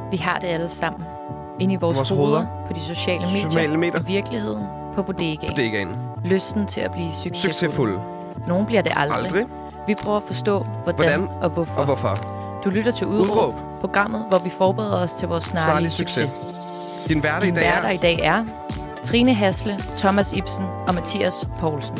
Vi har det alle sammen. Inde i vores hoveder, på de sociale medier, i virkeligheden, på bodegaen. Lysten til at blive succesfuld. Nogle bliver det aldrig. Vi prøver at forstå, hvordan og hvorfor. Du lytter til Udråb, programmet, hvor vi forbereder os til vores snarlige succes. Din værter i dag er Trine Hasle, Thomas Ibsen og Mathias Poulsen.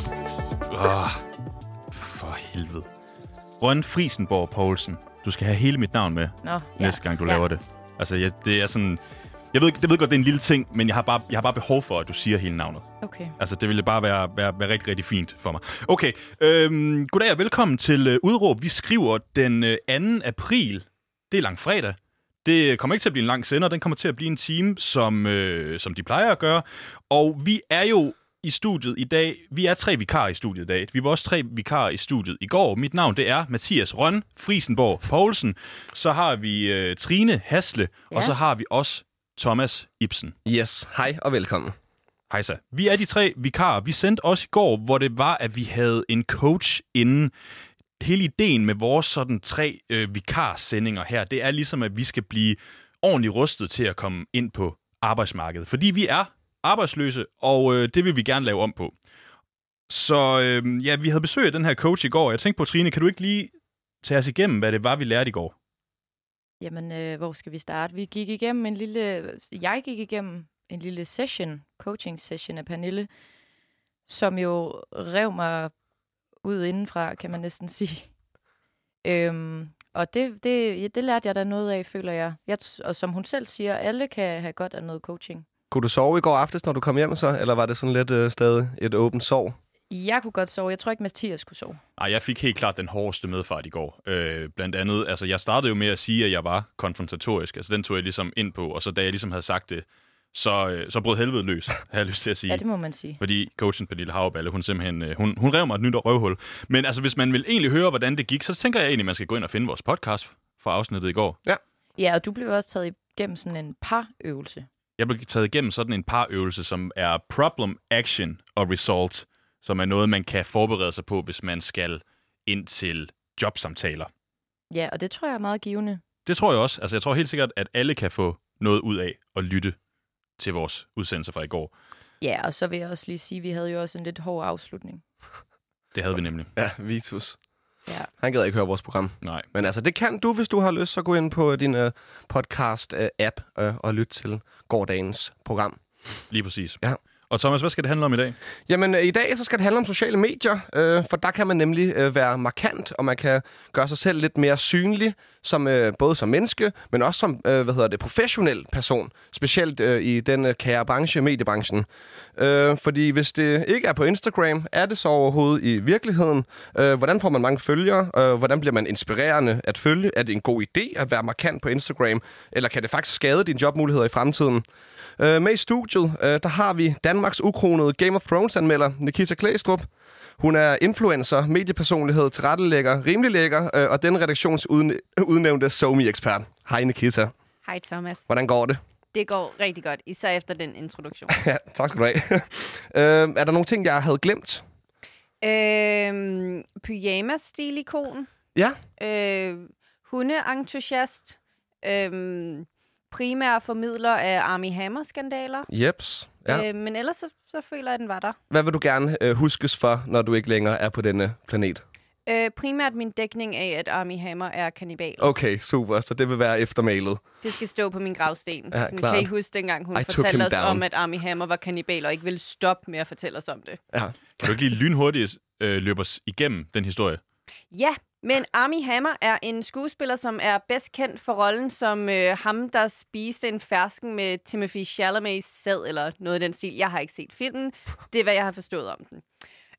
For helvede. Rønne Friesenborg Poulsen. Du skal have hele mit navn med næste gang, du laver det. Altså, det er sådan... Jeg ved godt, det er en lille ting, men jeg har bare behov for, at du siger hele navnet. Okay. Altså, det ville bare være rigtig, rigtig fint for mig. Okay, goddag og velkommen til Udråb. Vi skriver den 2. april. Det er langfredag. Det kommer ikke til at blive en lang sender. Den kommer til at blive en time, som de plejer at gøre. Og vi er jo i studiet i dag. Vi er 3 vikarer i studiet i dag. Vi var også 3 vikarer i studiet i går. Mit navn, det er Mathias Rønne Friesenborg Poulsen. Så har vi Trine Hasle, og så har vi også Thomas Ibsen. Yes, hej og velkommen. Hej så. Vi er de 3 vikarer. Vi sendte også i går, hvor det var, at vi havde en coach inden. Hele ideen med vores sådan 3 vikarsendinger her, det er ligesom, at vi skal blive ordentligt rustet til at komme ind på arbejdsmarkedet. Fordi vi er arbejdsløse, og det vil vi gerne lave om på. Så vi havde besøg af den her coach i går. Jeg tænkte på, Trine, kan du ikke lige tage os igennem, hvad det var, vi lærte i går? Jamen, hvor skal vi starte? Jeg gik igennem en lille coaching session af Pernille, som jo rev mig ud indenfra, kan man næsten sige. Og det lærte jeg da noget af, føler jeg. Og som hun selv siger, alle kan have godt af noget coaching. Kunne du sove i går aftes, når du kom hjem så? Eller var det sådan lidt stadig et åbent sov? Jeg kunne godt sove. Jeg tror ikke, Mathias kunne sove. Nej, jeg fik helt klart den hårdeste medfart i går. Blandt andet, altså jeg startede jo med at sige, at jeg var konfrontatorisk. Altså den tog jeg ligesom ind på, og så da jeg ligesom havde sagt det, så brød helvede løs, har jeg lyst til at sige. Ja, det må man sige. Fordi coachen Pernille Havballe, hun simpelthen, hun rev mig et nyt røvhul. Men altså, hvis man vil egentlig høre, hvordan det gik, så tænker jeg egentlig, at man skal gå ind og finde vores podcast fra afsnittet i går. Ja, og du blev også taget igennem sådan en parøvelse. Jeg blev taget igennem sådan en parøvelse, som er problem, action og result, som er noget, man kan forberede sig på, hvis man skal ind til jobsamtaler. Ja, og det tror jeg er meget givende. Det tror jeg også. Altså, jeg tror helt sikkert, at alle kan få noget ud af at lytte til vores udsendelse fra i går. Ja, og så vil jeg også lige sige, at vi havde jo også en lidt hård afslutning. Det havde vi nemlig. Ja, Vitus. Ja. Han gad ikke høre vores program. Nej. Men altså, det kan du, hvis du har lyst, så gå ind på din podcast-app og lyt til gårdagens program. Lige præcis. Ja. Og Thomas, hvad skal det handle om i dag? Jamen, i dag så skal det handle om sociale medier, for der kan man nemlig være markant, og man kan gøre sig selv lidt mere synlig, både som menneske, men også som professionel person, specielt i den kære branche, mediebranchen. Fordi hvis det ikke er på Instagram, er det så overhovedet i virkeligheden? Hvordan får man mange følgere? Hvordan bliver man inspirerende at følge? Er det en god idé at være markant på Instagram? Eller kan det faktisk skade dine jobmuligheder i fremtiden? Med i studiet, der har vi Danmarks ukronede Game of Thrones-anmelder, Nikita Klæstrup. Hun er influencer, mediepersonlighed, tilrettelægger, rimelig lækker, og den redaktionsudnævnte SoMe-ekspert. Hej Nikita. Hej Thomas. Hvordan går det? Det går rigtig godt, især efter den introduktion. Ja, tak skal du have. Er der nogle ting, jeg havde glemt? Pyjamas-stilikon. Ja. Hundeentusiast. Primær formidler af Armie Hammer-skandaler. Jeps. Ja. Men ellers så føler jeg, at den var der. Hvad vil du gerne huskes for, når du ikke længere er på denne planet? Primært min dækning af, at Armie Hammer er kannibal. Okay, super. Så det vil være eftermalet. Det skal stå på min gravsten. Ja, sådan, kan I huske dengang, hun fortalte os om, at Armie Hammer var kannibal, og ikke ville stoppe med at fortælle os om det? Ja. Kan du ikke lige lynhurtigt løbe os igennem den historie? Ja, men Armie Hammer er en skuespiller, som er bedst kendt for rollen som ham, der spiste en fersken med Timothée Chalamet's sæd, eller noget af den stil. Jeg har ikke set filmen. Det er, hvad jeg har forstået om den.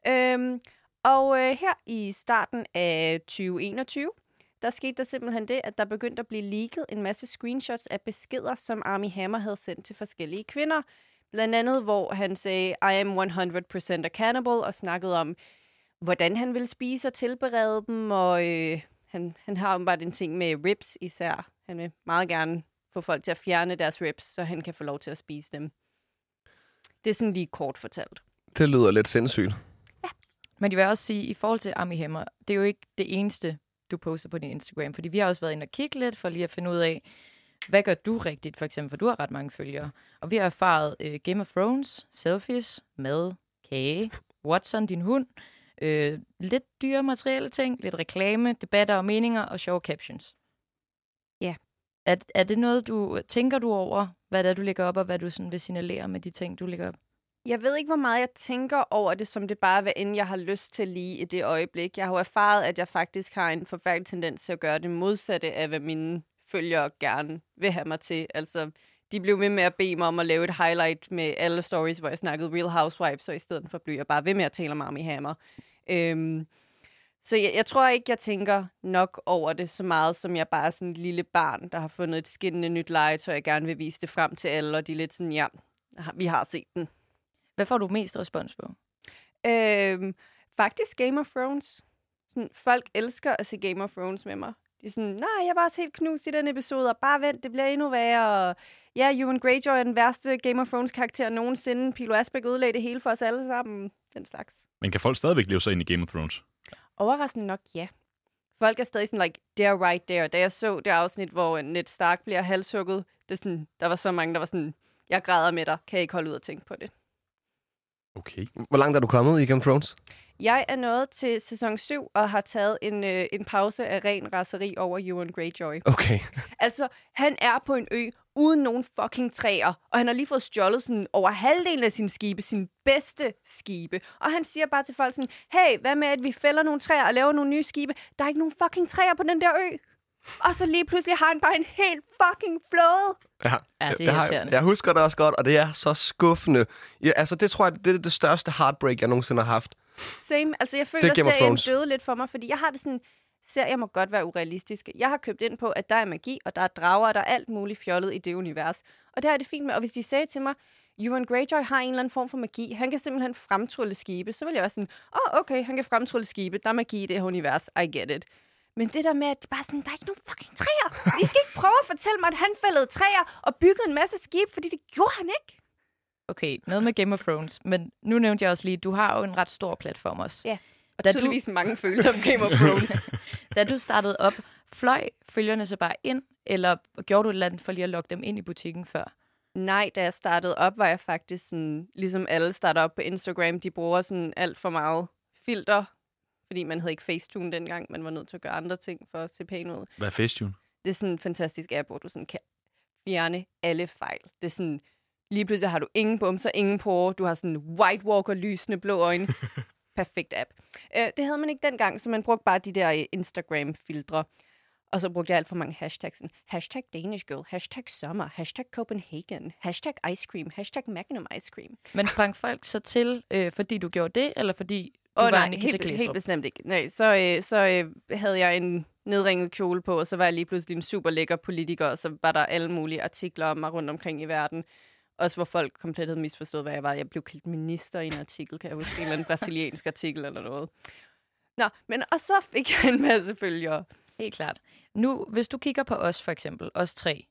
Her i starten af 2021, der skete der simpelthen det, at der begyndte at blive leaget en masse screenshots af beskeder, som Armie Hammer havde sendt til forskellige kvinder. Blandt andet, hvor han sagde, I am 100% a cannibal, og snakkede om, hvordan han vil spise og tilberede dem, og han har jo bare en ting med ribs især. Han vil meget gerne få folk til at fjerne deres ribs, så han kan få lov til at spise dem. Det er sådan lige kort fortalt. Det lyder lidt sindssygt. Ja. Men jeg vil også sige, i forhold til Armie Hammer, det er jo ikke det eneste, du poster på din Instagram, fordi vi har også været inde og kigge lidt, for lige at finde ud af, hvad gør du rigtigt, for eksempel, for du har ret mange følgere. Og vi har erfaret Game of Thrones, selfies, mad, kage, Watson, din hund, lidt dyre materielle ting, lidt reklame, debatter og meninger og sjove captions. Ja. Er det noget, tænker du over, hvad det er, du lægger op, og hvad du sådan vil signalere med de ting, du lægger op? Jeg ved ikke, hvor meget jeg tænker over det, som det bare hvad end jeg har lyst til lige i det øjeblik. Jeg har jo erfaret, at jeg faktisk har en forfærdelig tendens til at gøre det modsatte af, hvad mine følgere gerne vil have mig til. Altså, de blev ved med at bede mig om at lave et highlight med alle stories, hvor jeg snakkede Real Housewives, så i stedet for blev jeg bare ved med at tale om Armie Hammer. Så jeg tror ikke, jeg tænker nok over det så meget, som jeg bare er sådan et lille barn, der har fundet et skinnende nyt legetøj, jeg gerne vil vise det frem til alle, og de er lidt sådan, ja, vi har set den. Hvad får du mest respons på? Faktisk Game of Thrones. Sådan, folk elsker at se Game of Thrones med mig. De er sådan, nej, jeg var også helt knust i den episode, og bare vent, det bliver endnu værre. Og ja, Euron Greyjoy er den værste Game of Thrones-karakter nogensinde. Pilo Asbæk ødelagde det hele for os alle sammen. Den slags. Men kan folk stadigvæk leve sig ind i Game of Thrones? Overraskende nok, ja. Folk er stadig sådan, like, they're right there. Da jeg så det afsnit, hvor Ned Stark bliver halshugget, det sådan, der var så mange, der var sådan, jeg græder med dig, kan jeg ikke holde ud og tænke på det. Okay. Hvor langt er du kommet i Game of Thrones? Jeg er nået til sæson 7 og har taget en pause af ren raseri over Euron Greyjoy. Okay. Altså, han er på en ø uden nogen fucking træer, og han har lige fået stjålet sådan over halvdelen af sine skibe, sine bedste skibe. Og han siger bare til folk sådan, hey, hvad med at vi fælder nogle træer og laver nogle nye skibe? Der er ikke nogen fucking træer på den der ø. Og så lige pludselig har han bare en helt fucking flåde. Ja, det er irriterende. Jeg husker det også godt, og det er så skuffende. Ja, altså, det tror jeg, det er det største heartbreak, jeg nogensinde har haft. Same. Altså, jeg føler, at serien døde lidt for mig, fordi jeg har det sådan, serier må godt være urealistiske. Jeg har købt ind på, at der er magi, og der er drager, og der er alt muligt fjollet i det univers. Og det er det fint med. Og hvis de sagde til mig, Euron Greyjoy har en eller anden form for magi, han kan simpelthen fremtrylle skibe, så vil jeg også sådan, okay, han kan fremtrylle skibe, der er magi i det her univers, I get it. Men det der med, at det bare sådan, der er ikke nogen fucking træer. I skal ikke prøve at fortælle mig, at han fældede træer og byggede en masse skib, fordi det gjorde han ikke. Okay, noget med Game of Thrones, men nu nævnte jeg også lige, du har jo en ret stor platform også. Ja, og tydeligvis mange følelser om Game of Thrones. Da du startede op, fløj følgerne så bare ind, eller gjorde du et eller andet for lige at lokke dem ind i butikken før? Nej, da jeg startede op, var jeg faktisk sådan, ligesom alle starter op på Instagram, de bruger sådan alt for meget filter, fordi man havde ikke Facetune dengang, man var nødt til at gøre andre ting for at se pæn ud. Hvad er Facetune? Det er sådan en fantastisk app, hvor du sådan kan fjerne alle fejl. Det er sådan, lige pludselig har du ingen bumser, ingen porer, du har sådan White Walker lysende blå øjne. Perfekt app. Det havde man ikke dengang, så man brugte bare de der Instagram-filtre. Og så brugte jeg alt for mange hashtags. Sådan, hashtag Danish Girl, hashtag Summer, hashtag Copenhagen, hashtag Ice Cream, hashtag Magnum Ice Cream. Men sprang folk så til, fordi du gjorde det, eller fordi du var en Nikita Glistrup? Helt bestemt ikke. Nej, så havde jeg en nedringet kjole på, og så var jeg lige pludselig en super lækker politiker, og så var der alle mulige artikler om mig rundt omkring i verden. Også hvor folk komplet havde misforstået, hvad jeg var. Jeg blev kaldt minister i en artikel, kan jeg huske, en eller anden brasiliansk artikel eller noget. Nå, men og så fik jeg en masse følgere. Helt klart. Nu, hvis du kigger på os for eksempel, os tre,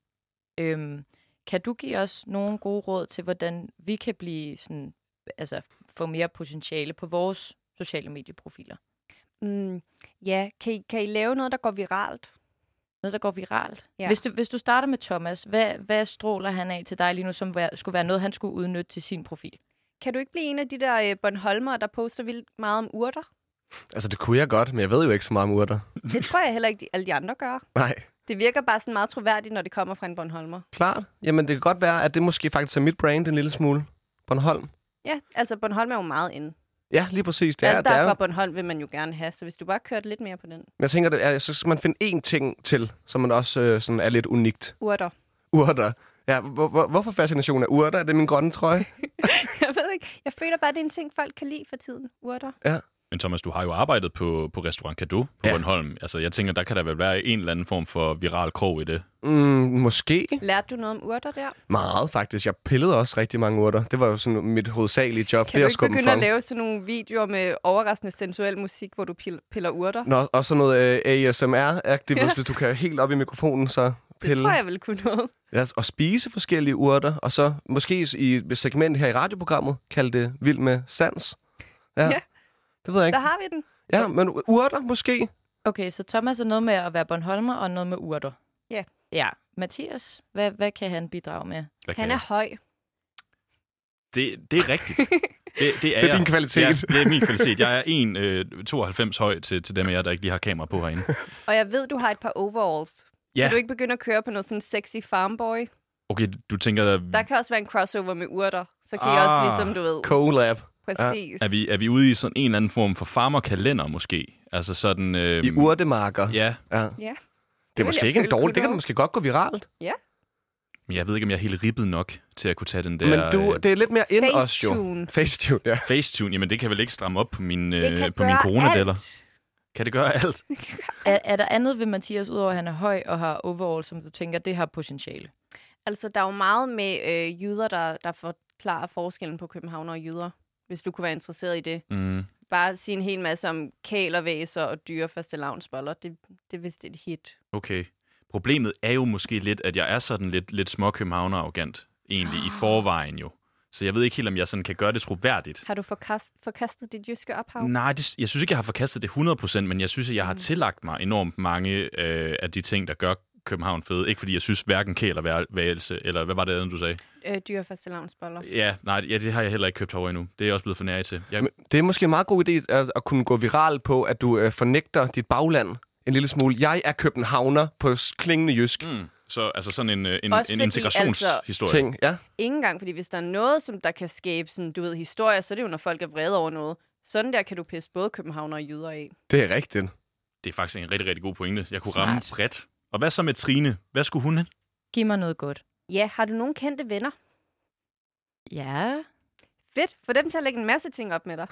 kan du give os nogle gode råd til, hvordan vi kan blive sådan, altså få mere potentiale på vores sociale medieprofiler? Ja, kan I lave noget, der går viralt? Noget, der går viralt? Ja. Hvis du starter med Thomas, hvad stråler han af til dig lige nu, som skulle være noget, han skulle udnytte til sin profil? Kan du ikke blive en af de der Bornholmer, der poster vildt meget om urter? Altså, det kunne jeg godt, men jeg ved jo ikke så meget om urter. Det tror jeg heller ikke, alle de andre gør. Nej. Det virker bare sådan meget troværdigt, når det kommer fra en Bornholmer. Klart. Jamen, det kan godt være, at det måske faktisk er mit brand en lille smule. Bornholm. Ja, altså Bornholm er jo meget inde. Ja, lige præcis. Det alt, der er fra Bornholm vil man jo gerne have, så hvis du bare kørte lidt mere på den. Jeg tænker, så skal man finde én ting til, som man også sådan er lidt unikt. Urter. Urter. Ja, hvorfor fascinationen af urter? Er det min grønne trøje? Jeg ved ikke. Jeg føler bare, det er en ting, folk kan lide for tiden. Urter. Ja. Men Thomas, du har jo arbejdet på Restaurant Cadeau på Bornholm. Altså, jeg tænker, der kan der vel være en eller anden form for viral krog i det. Måske. Lærte du noget om urter der? Meget, faktisk. Jeg pillede også rigtig mange urter. Det var jo sådan mit hovedsagelige job. Kan du ikke begynde at lave sådan nogle videoer med overraskende sensuel musik, hvor du piller urter? Nå, og sådan noget ASMR-agtigt, hvis du kan helt op i mikrofonen, så pille. Det tror jeg vil kunne noget. Ja, og spise forskellige urter, og så måske i et segment her i radioprogrammet, kalde det Vild med Sans. Ja. Det ved jeg ikke. Der har vi den. Ja, men urter måske. Okay, så Thomas er noget med at være Bornholmer og noget med urter. Ja. Ja, Mathias, hvad kan han bidrage med? Han er høj. Det er rigtigt. Det er din kvalitet. Ja, det er min kvalitet. Jeg er 1,92 høj til dem af jer, der ikke lige har kamera på herinde. Og jeg ved, du har et par overalls. Ja. Kan du ikke begynde at køre på noget sådan sexy farmboy? Okay, du tænker... Der kan også være en crossover med urter. Så kan I også ligesom, du ved... Collab. Præcis. Er vi ude i sådan en eller anden form for farmerkalender måske? Altså sådan... I urtemarker. Ja. Det er måske ikke en dårlig... Det kan måske godt gå viralt. Ja. Men jeg ved ikke, om jeg er helt ribbet nok til at kunne tage den der... Men det er lidt mere ind også, jo. Facetune, ja. Facetune, jamen det kan vel ikke stramme op på mine coronadeller? Kan det gøre alt? Er der andet ved Mathias, udover at han er høj og har overall, som du tænker, det har potentiale? Altså, der er jo meget med jyder, der forklarer forskellen på københavner og jyder, hvis du kunne være interesseret i det. Bare sige en hel masse om kælervæser og dyre fastelavnsboller. Det er vist et hit. Okay. Problemet er jo måske lidt, at jeg er sådan lidt små københavner-arrogant, egentlig, i forvejen jo. Så jeg ved ikke helt, om jeg sådan kan gøre det troværdigt. Har du forkastet dit jyske ophav? Nej, jeg synes ikke, jeg har forkastet det 100%, men jeg synes, at jeg har tillagt mig enormt mange af de ting, der gør København fed. Ikke fordi jeg synes hverken kæl eller værelse, eller hvad var det andet, du sagde? Dyre fastelavnsboller. Ja, det har jeg heller ikke købt herovre endnu. Det er jeg også blevet for nær til. Det er måske en meget god idé at kunne gå viral på, at du fornægter dit bagland en lille smule. Jeg er københavner på klingende jysk. Så altså sådan en integrationshistorie. Ting, ja. Ingen gang, fordi hvis der er noget, som der kan skabe sådan, du ved, historie, så er det jo, når folk er vrede over noget. Sådan der kan du pisse både københavner og jyder af. Det er rigtigt. Det er faktisk en rigtig, rigtig god pointe. Jeg kunne ramme bredt. Og hvad så med Trine? Hvad skulle hun hen? Giv mig noget godt. Ja, har du nogen kendte venner? Ja. Fedt. Få dem til at lægge en masse ting op med dig.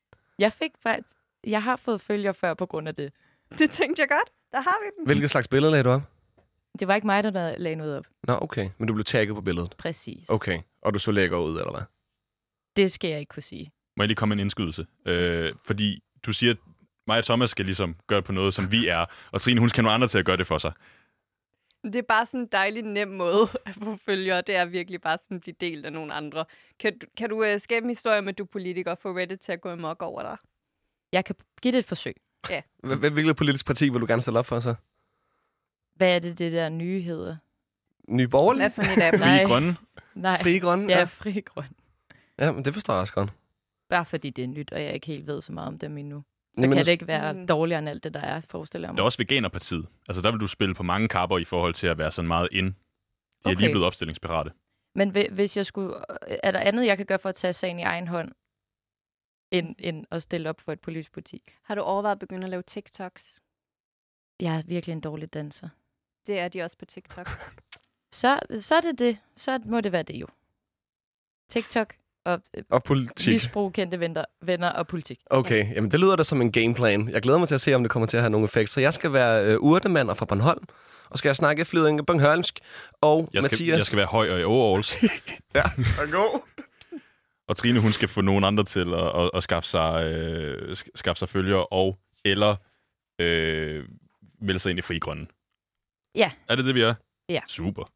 Jeg har fået følger før på grund af det. Det tænkte jeg godt. Der har vi den. Hvilket slags billeder lagde du op? Det var ikke mig, der lagde noget op. Nå, okay. Men du blev tagget på billedet? Præcis. Okay. Og du så lækker ud, eller hvad? Det skal jeg ikke kunne sige. Må jeg lige komme med en indskydelse? Fordi du siger, at mig og Thomas skal ligesom gøre på noget, som vi er, og Trine, hun skal nogle andre til at gøre det for sig. Det er bare sådan en dejlig nem måde at få følgere. Det er virkelig bare sådan at blive delt af nogle andre. Kan du skabe en historie med, at du er politiker, og få Reddit til at gå amok over dig? Jeg kan give det et forsøg. Ja. Hvilket politisk parti vil du gerne stille op for så? Hvad er det der nye hedder? Nye Borgerlige? Hvad for et af dem? Frie Grønne? Nej. Frie Grønne? Ja, Frie Grønne. Ja, men det forstår jeg også godt. Bare fordi det er nyt, og jeg ikke helt ved så meget om dem endnu. Så kan det ikke være dårligere end alt det, der er, forestiller jeg mig. Der er også Veganerpartiet. Altså, der vil du spille på mange kapper i forhold til at være sådan meget ind. De er lige blevet opstillingsparate. Men hvis jeg skulle... Er der andet, jeg kan gøre for at tage sagen i egen hånd, end at stille op for et politisk parti? Har du overvejet at begynde at lave TikToks? Jeg er virkelig en dårlig danser. Det er de også på TikTok. Så er det det. Så må det være det jo. TikTok og politik. Misbrug, kendte venner og politik. Okay, jamen det lyder da som en gameplan. Jeg glæder mig til at se, om det kommer til at have nogen effekt. Så jeg skal være urtemand og fra Bornholm, og skal jeg snakke flydende bornholmsk, og Mathias... Jeg skal være høj og i overalls. Ja, og gå. Og Trine, hun skal få nogen andre til at skaffe sig følgere, eller melde sig ind i Frie Grønne. Ja. Er det vi er? Ja. Super.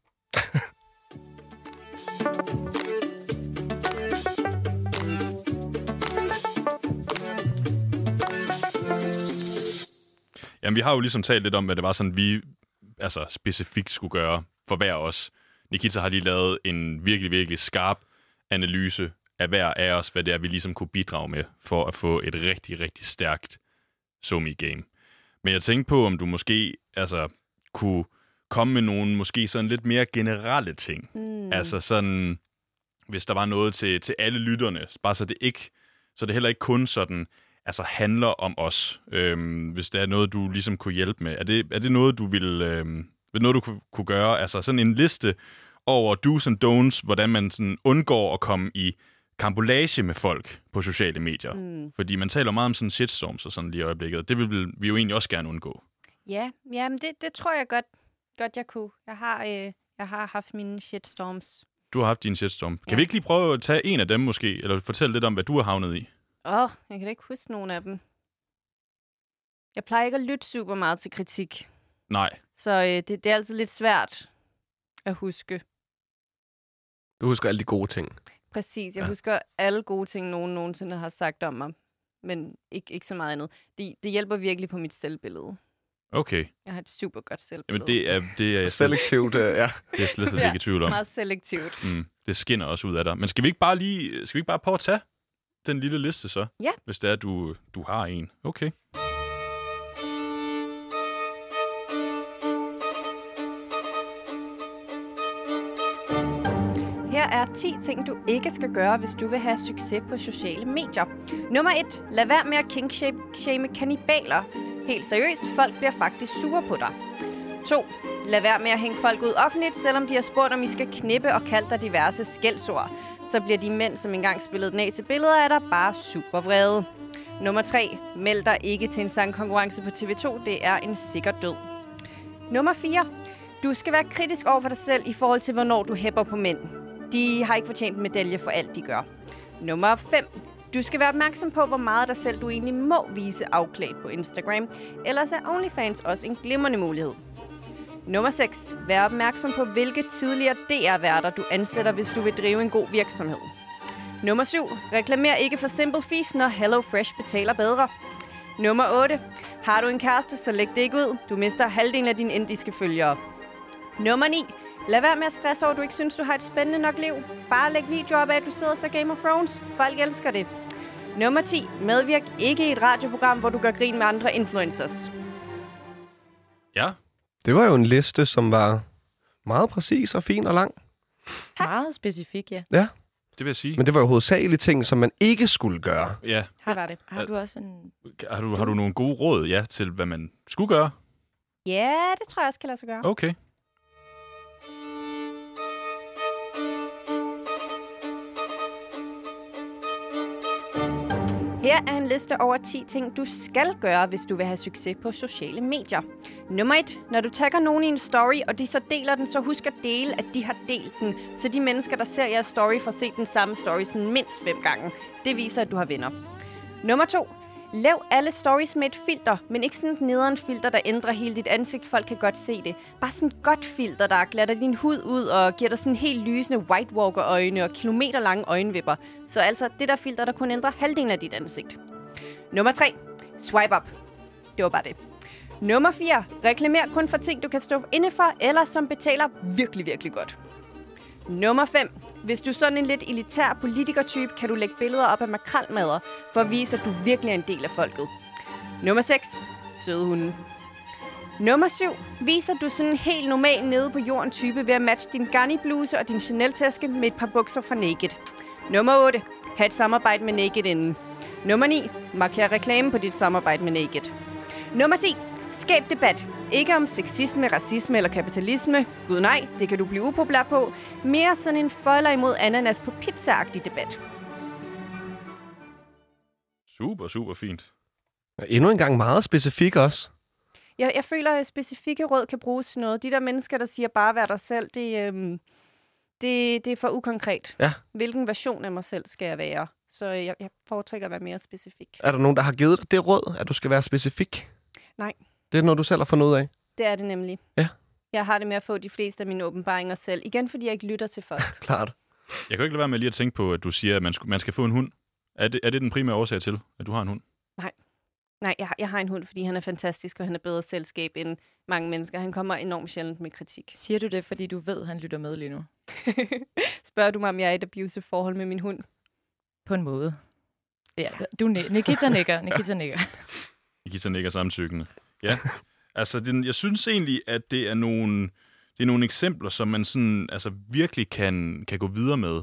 Jamen, vi har jo ligesom talt lidt om, hvad det var sådan, vi specifikt skulle gøre for hver os. Nikita har lige lavet en virkelig, virkelig skarp analyse af hver af os, hvad det er, vi ligesom kunne bidrage med, for at få et rigtig, rigtig stærkt SoMe-game. Men jeg tænkte på, om du måske kunne komme med nogle måske sådan lidt mere generelle ting. Altså sådan, hvis der var noget til alle lytterne, bare så det heller ikke kun sådan, handler om os. Hvis der er noget, du ligesom kunne hjælpe med. Er det noget, du noget, du kunne gøre? Altså sådan en liste over do's and don'ts, hvordan man sådan undgår at komme i kampolage med folk på sociale medier. Fordi man taler meget om sådan shitstorms og sådan lige i øjeblikket. Det vil vi jo egentlig også gerne undgå. Ja, men det tror jeg godt jeg kunne. Jeg har haft mine shitstorms. Du har haft din shitstorm. Kan vi ikke lige prøve at tage en af dem måske, eller fortælle lidt om, hvad du har havnet i? Jeg kan da ikke huske nogen af dem. Jeg plejer ikke at lytte super meget til kritik. Nej. Så det er altid lidt svært at huske. Du husker alle de gode ting. Præcis. Jeg husker alle gode ting, nogen nogensinde har sagt om mig. Men ikke så meget andet. Det hjælper virkelig på mit selvbillede. Okay. Jeg har et super godt selvbillede. Jamen, det er selektivt, ja. Det er slet ikke i tvivl om. Meget selektivt. Det skinner også ud af dig. Men skal vi ikke bare prøve at tage den lille liste så? Ja. Hvis det er, du har en. Okay. Her er 10 ting, du ikke skal gøre, hvis du vil have succes på sociale medier. Nummer 1. Lad være med at kink-shame kannibaler. Helt seriøst, folk bliver faktisk sure på dig. 2. Lad være med at hænge folk ud offentligt, selvom de har spurgt, om I skal knippe og kalde dig diverse skældsord. Så bliver de mænd, som engang spillede den af til billeder af dig, bare super vrede. Nummer 3. Meld dig ikke til en sangkonkurrence på TV2. Det er en sikker død. Nummer 4. Du skal være kritisk over for dig selv i forhold til, hvornår du hæpper på mænd. De har ikke fortjent en medalje for alt, de gør. Nummer 5. Du skal være opmærksom på, hvor meget dig selv du egentlig må vise afklædt på Instagram. Ellers er OnlyFans også en glimrende mulighed. Nummer 6. Vær opmærksom på, hvilke tidligere DR-værter du ansætter, hvis du vil drive en god virksomhed. Nummer 7. Reklamer ikke for Simple Feast, når HelloFresh betaler bedre. Nummer 8. Har du en kæreste, så læg det ikke ud. Du mister halvdelen af dine indiske følgere. Nummer 9. Lad være med at stresse over, at du ikke synes, du har et spændende nok liv. Bare læg videoer op af, at du sidder og ser Game of Thrones. Folk elsker det. Nummer 10. Medvirk ikke i et radioprogram, hvor du gør grin med andre influencers. Ja. Det var jo en liste, som var meget præcis og fin og lang. Tak. Meget specifik, ja. Ja. Det vil jeg sige. Men det var jo hovedsageligt ting, som man ikke skulle gøre. Ja. Det var det. Har du også en... Har du nogle gode råd, til hvad man skulle gøre? Ja, det tror jeg også kan lade sig gøre. Okay. Her er en liste over 10 ting, du skal gøre, hvis du vil have succes på sociale medier. Nummer 1. Når du tagger nogen i en story, og de så deler den, så husk at dele, at de har delt den. Så de mennesker, der ser jeres story, får set den samme story sådan mindst 5 gange. Det viser, at du har venner. Nummer 2. Lav alle stories med et filter, men ikke sådan et nederen filter, der ændrer hele dit ansigt. Folk kan godt se det. Bare sådan et godt filter, der glatter din hud ud og giver dig sådan helt lysende White Walker-øjne og kilometerlange øjenvipper. Så altså det der filter, der kun ændrer halvdelen af dit ansigt. Nummer 3. Swipe up. Det var bare det. Nummer 4. Reklamer kun for ting, du kan stå inde for, eller som betaler virkelig, virkelig godt. Nummer 5. Hvis du er sådan en lidt elitær politikertype, kan du lægge billeder op af makrelmadder, for at vise, at du virkelig er en del af folket. Nummer 6. Søde hunde. Nummer 7. Vis, at du er sådan en helt normal nede på jorden type ved at matche din Garni-bluse og din Chanel-taske med et par bukser fra Naked. Nummer 8. Ha' et samarbejde med Naked inden. Nummer 9. Marker reklame på dit samarbejde med Naked. Nummer 10. Skab debat. Ikke om sexisme, racisme eller kapitalisme. Gud nej, det kan du blive upopulær på. Mere sådan en folder imod ananas på pizza-agtig debat. Super, super fint. Endnu en gang meget specifik også. Jeg føler, at specifikke råd kan bruges til noget. De der mennesker, der siger bare vær dig selv, det er for ukonkret. Ja. Hvilken version af mig selv skal jeg være? Så jeg foretrækker at være mere specifik. Er der nogen, der har givet dig det råd, at du skal være specifik? Nej. Det er noget, du selv har fundet ud af? Det er det nemlig. Ja. Jeg har det med at få de fleste af mine åbenbaringer selv. Igen, fordi jeg ikke lytter til folk. Klart. Jeg kan ikke lade være med lige at tænke på, at du siger, at man skal få en hund. Er det den primære årsag til, at du har en hund? Nej, jeg har en hund, fordi han er fantastisk, og han er bedre selskab end mange mennesker. Han kommer enormt sjældent med kritik. Siger du det, fordi du ved, at han lytter med lige nu? Spørger du mig, om jeg er i et abusive forhold med min hund? På en måde. Ja, Nikita nikker. Nikita nikker samtykkende. Ja, altså jeg synes egentlig, at det er nogle eksempler, som man sådan, altså virkelig kan gå videre med.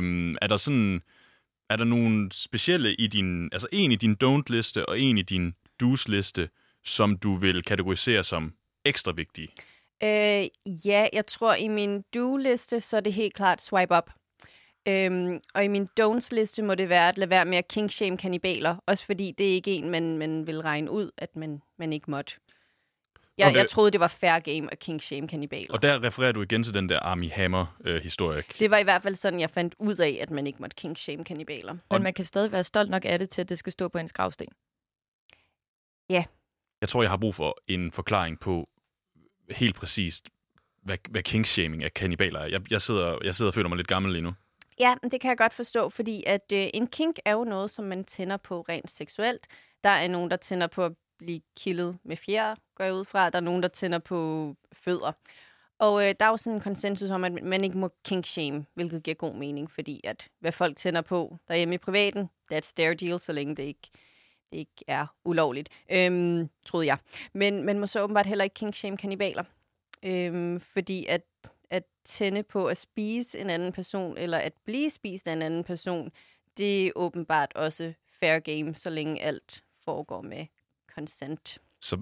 Er der nogle specielle i din, altså en i din don't-liste og en i din do's-liste, som du vil kategorisere som ekstra vigtige? Ja, jeg tror i min do-liste, så er det helt klart swipe up. Og i min don'ts-liste må det være at lade være med at kink-shame kannibaler. Også fordi det er ikke en, man vil regne ud, at man ikke måtte. Jeg troede, det var fair game at kink-shame kannibaler. Og der refererer du igen til den der Armie Hammer-historie. Det var i hvert fald sådan, jeg fandt ud af, at man ikke måtte kink-shame kannibaler. Men man kan stadig være stolt nok af det til, at det skal stå på ens gravsten. Ja. Jeg tror, jeg har brug for en forklaring på helt præcist, hvad kink-shaming af kannibaler er. Jeg sidder og føler mig lidt gammel lige nu. Ja, det kan jeg godt forstå, fordi at en kink er jo noget, som man tænder på rent seksuelt. Der er nogen, der tænder på at blive kildet med fjer, går jeg ud fra. Der er nogen, der tænder på fødder. Og der er jo sådan en konsensus om, at man ikke må kink-shame, hvilket giver god mening, fordi at hvad folk tænder på derhjemme i privaten, that's their deal, så længe det ikke er ulovligt, troede jeg. Men man må så åbenbart heller ikke kink-shame kannibaler, fordi at tænde på at spise en anden person, eller at blive spist af en anden person, det er åbenbart også fair game, så længe alt foregår med consent. Så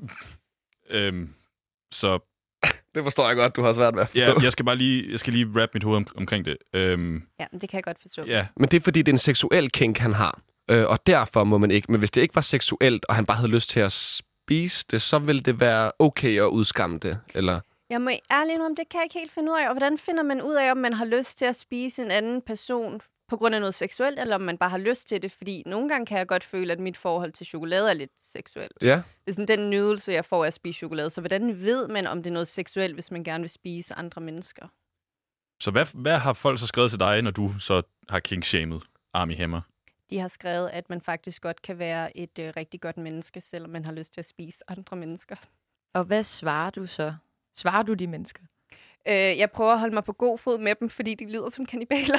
det forstår jeg godt, du har svært ved at forstå. Ja, jeg skal lige wrap mit hoved omkring det. Ja, det kan jeg godt forstå. Ja. Men det er, fordi det er en seksuel kink, han har. Og derfor må man ikke. Men hvis det ikke var seksuelt, og han bare havde lyst til at spise det, så ville det være okay at udskamme det, eller? Jeg må ærligt om, det kan jeg ikke helt finde ud af. Og hvordan finder man ud af, om man har lyst til at spise en anden person på grund af noget seksuelt, eller om man bare har lyst til det? Fordi nogle gange kan jeg godt føle, at mit forhold til chokolade er lidt seksuelt. Ja. Det er sådan den nydelse, jeg får af at spise chokolade. Så hvordan ved man, om det er noget seksuelt, hvis man gerne vil spise andre mennesker? Så hvad har folk så skrevet til dig, når du så har kink-shamed Armie Hammer? De har skrevet, at man faktisk godt kan være et rigtig godt menneske, selvom man har lyst til at spise andre mennesker. Og hvad svarer du så? Svarer du de mennesker? Jeg prøver at holde mig på god fod med dem, fordi de lyder som kannibaler.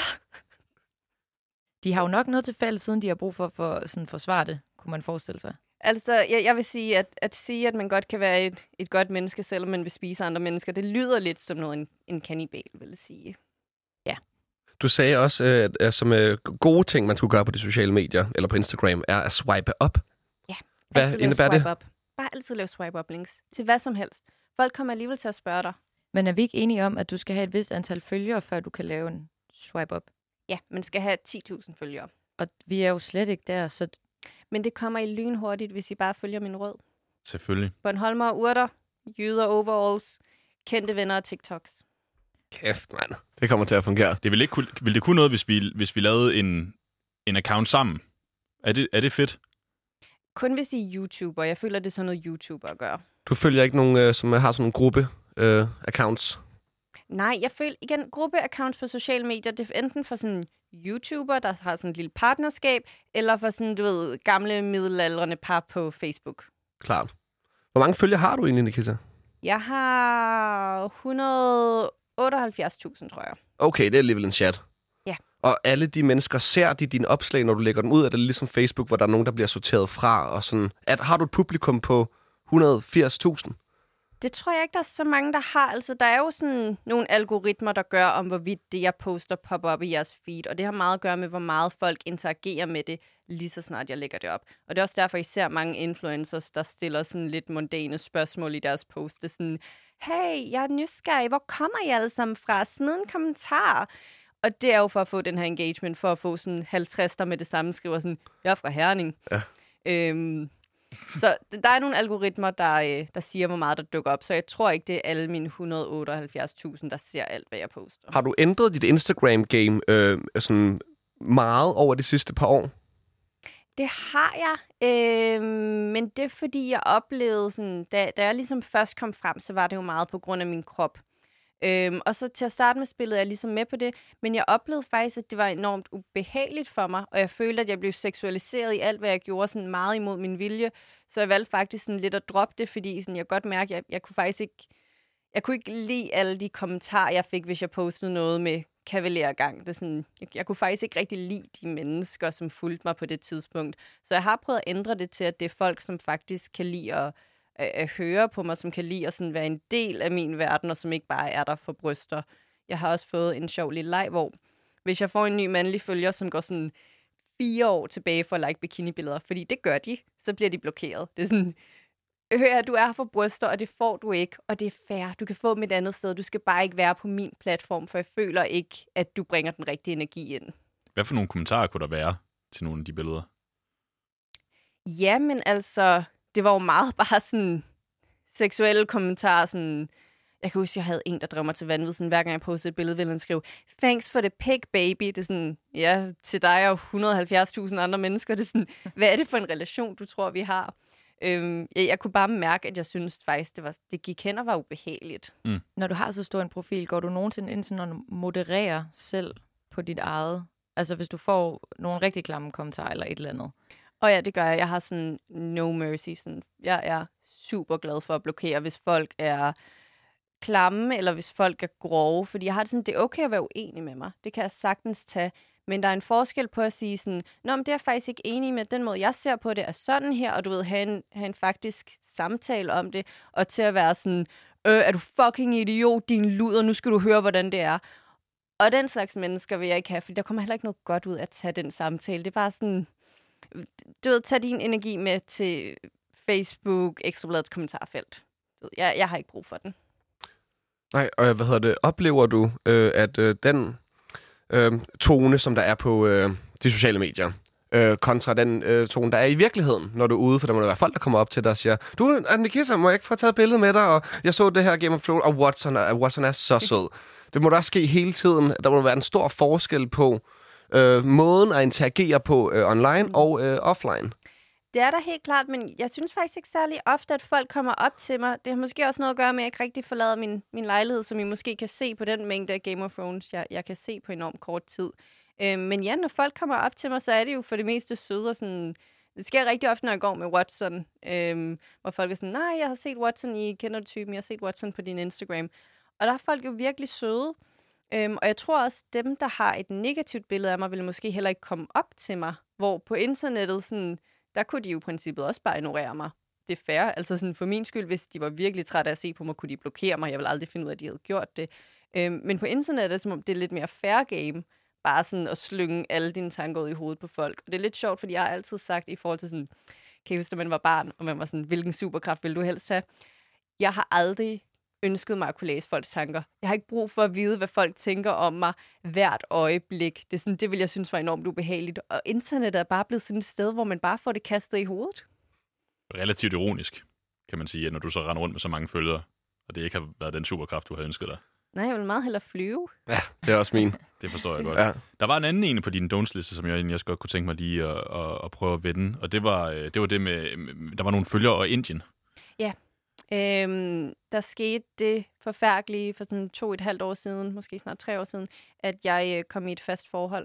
De har jo nok noget til fælles, siden de har brug for sådan forsvare det, kunne man forestille sig. Altså, jeg vil sige, at sige, at man godt kan være et godt menneske, selvom man vil spise andre mennesker, det lyder lidt som noget, en kannibal vil sige. Ja. Du sagde også, at som gode ting, man skulle gøre på de sociale medier, eller på Instagram, er at swipe op. Ja, hvad indebærer det? Up. Bare altid lave swipe up links til hvad som helst. Folk kommer alligevel til at spørge dig. Men er vi ikke enige om, at du skal have et vist antal følgere, før du kan lave en swipe up? Ja, man skal have 10.000 følgere. Og vi er jo slet ikke der, så... Men det kommer i lynhurtigt, hvis I bare følger min råd. Selvfølgelig. Bornholmer, urter, jyder, overalls, kendte venner og TikToks. Kæft, mand. Det kommer til at fungere. Det ville det kunne noget, hvis vi lavede en account sammen? Er det fedt? Kun hvis I er YouTuber. Jeg føler, det er sådan noget YouTuber gør. Du følger ikke nogen, som har sådan nogle gruppe-accounts? Nej, jeg føler igen, gruppe-accounts på sociale medier, det er enten for sådan YouTuber, der har sådan et lille partnerskab, eller for sådan, du ved, gamle middelaldrende par på Facebook. Klart. Hvor mange følgere har du egentlig, Nikita? Jeg har 178.000, tror jeg. Okay, det er alligevel en chat. Ja. Og alle de mennesker, ser de dine opslag, når du lægger dem ud? Er det ligesom Facebook, hvor der er nogen, der bliver sorteret fra? Og sådan, har du et publikum på 180.000? Det tror jeg ikke, der er så mange, der har. Altså, der er jo sådan nogle algoritmer, der gør, om hvorvidt det, jeg poster, popper op i jeres feed. Og det har meget at gøre med, hvor meget folk interagerer med det, lige så snart jeg lægger det op. Og det er også derfor, I ser mange influencers, der stiller sådan lidt mundane spørgsmål i deres post. Det er sådan, hey, jeg er nysgerrig. Hvor kommer I alle sammen fra? Smid en kommentar. Og det er jo for at få den her engagement, for at få sådan 50, der med det samme skriver sådan, jeg er fra Herning. Ja. Så der er nogle algoritmer, der siger, hvor meget der dukker op. Så jeg tror ikke, det er alle mine 178.000, der ser alt, hvad jeg poster. Har du ændret dit Instagram-game sådan meget over de sidste par år? Det har jeg, men det er fordi, jeg oplevede, sådan, da jeg ligesom først kom frem, så var det jo meget på grund af min krop. Og så til at starte med spillede jeg ligesom med på det, men jeg oplevede faktisk, at det var enormt ubehageligt for mig, og jeg følte, at jeg blev seksualiseret i alt, hvad jeg gjorde, sådan meget imod min vilje. Så jeg valgte faktisk sådan lidt at droppe det, fordi sådan, jeg godt mærke, at jeg kunne faktisk ikke, jeg kunne ikke lide alle de kommentarer, jeg fik, hvis jeg postede noget med kavalergang. Det er sådan, jeg kunne faktisk ikke rigtig lide de mennesker, som fulgte mig på det tidspunkt. Så jeg har prøvet at ændre det til, at det er folk, som faktisk kan lide at høre på mig, som kan lide at sådan være en del af min verden, og som ikke bare er der for bryster. Jeg har også fået en sjov lille leg, hvor hvis jeg får en ny mandlig følger, som går sådan 4 år tilbage for at like bikinibilleder, fordi det gør de, så bliver de blokeret. Det er sådan, hør, du er her for bryster, og det får du ikke, og det er fair. Du kan få dem et andet sted. Du skal bare ikke være på min platform, for jeg føler ikke, at du bringer den rigtige energi ind. Hvad for nogle kommentarer kunne der være til nogle af de billeder? Ja, men altså, det var jo meget bare sådan seksuelle kommentarer. Sådan, jeg kan huske, jeg havde en, der drev mig til vanvid. Sådan, hver gang jeg postede et billede, ville han skrive, thanks for the pig, baby. Det er sådan, ja, til dig og 170.000 andre mennesker. Det er sådan, hvad er det for en relation, du tror, vi har? Jeg kunne bare mærke, at jeg synes faktisk, det gik hen og var ubehageligt. Mm. Når du har så stor en profil, går du nogensinde ind sådan at moderere selv på dit eget? Altså hvis du får nogle rigtig klamme kommentarer eller et eller andet? Ja, det gør jeg. Jeg har sådan no mercy. Sådan, jeg er super glad for at blokere, hvis folk er klamme, eller hvis folk er grove. Fordi jeg har det sådan, det er okay at være uenig med mig. Det kan jeg sagtens tage. Men der er en forskel på at sige sådan, nå, men det er jeg faktisk ikke enig med. Den måde, jeg ser på det, er sådan her, og du ved, have en faktisk samtale om det, og til at være sådan, er du fucking idiot, din luder, nu skal du høre, hvordan det er. Og den slags mennesker vil jeg ikke have, for der kommer heller ikke noget godt ud af at tage den samtale. Det er bare sådan, du ved, tag din energi med til Facebook, Ekstra Bladets kommentarfelt. Jeg har ikke brug for den. Nej, og oplever du, at den tone, som der er på de sociale medier, kontra den tone, der er i virkeligheden, når du er ude, for der må være folk, der kommer op til dig og siger, du, Nikita, må jeg ikke få taget et billede med dig, og jeg så det her Game of Thrones, og Watson er så sød. Det må da også ske hele tiden. Der må være en stor forskel på måden at interagere på online og offline. Det er der helt klart, men jeg synes faktisk ikke særlig ofte, at folk kommer op til mig. Det har måske også noget at gøre med, at jeg ikke rigtig forlader min lejlighed, som I måske kan se på den mængde af Game of Thrones, jeg kan se på enormt kort tid. Men ja, når folk kommer op til mig, så er det jo for det meste søde og sådan. Det sker rigtig ofte, når jeg går med Watson, hvor folk er sådan, nej, jeg har set Watson i Kender du typen, jeg har set Watson på din Instagram. Og der er folk jo virkelig søde. Og jeg tror også, dem, der har et negativt billede af mig, vil måske heller ikke komme op til mig. Hvor på internettet, sådan, der kunne de jo i princippet også bare ignorere mig. Det er fair. Altså sådan, for min skyld, hvis de var virkelig trætte af at se på mig, kunne de blokere mig. Jeg vil aldrig finde ud af, at de havde gjort det. Men på internettet, som om det er lidt mere fair game, bare sådan at slynge alle dine tanker ud i hovedet på folk. Og det er lidt sjovt, fordi jeg har altid sagt i forhold til sådan, kan I huske, da man var barn, og man var sådan, hvilken superkraft vil du helst have? Jeg har aldrig ønsket mig at kunne læse folks tanker. Jeg har ikke brug for at vide, hvad folk tænker om mig hvert øjeblik. Det vil jeg synes var enormt ubehageligt. Og internettet er bare blevet sådan et sted, hvor man bare får det kastet i hovedet. Relativt ironisk, kan man sige, når du så render rundt med så mange følgere, og det ikke har været den superkraft, du har ønsket dig. Nej, jeg vil meget hellere flyve. Ja, det er også min. Det forstår jeg godt. Ja. Der var en anden ene på din don'ts-liste, som jeg godt kunne tænke mig lige at prøve at vende, og det var det med, der var nogle følgere og Indien. Ja. Der skete det forfærdelige for sådan 2,5 år siden, måske snart 3 år siden, at jeg kom i et fast forhold.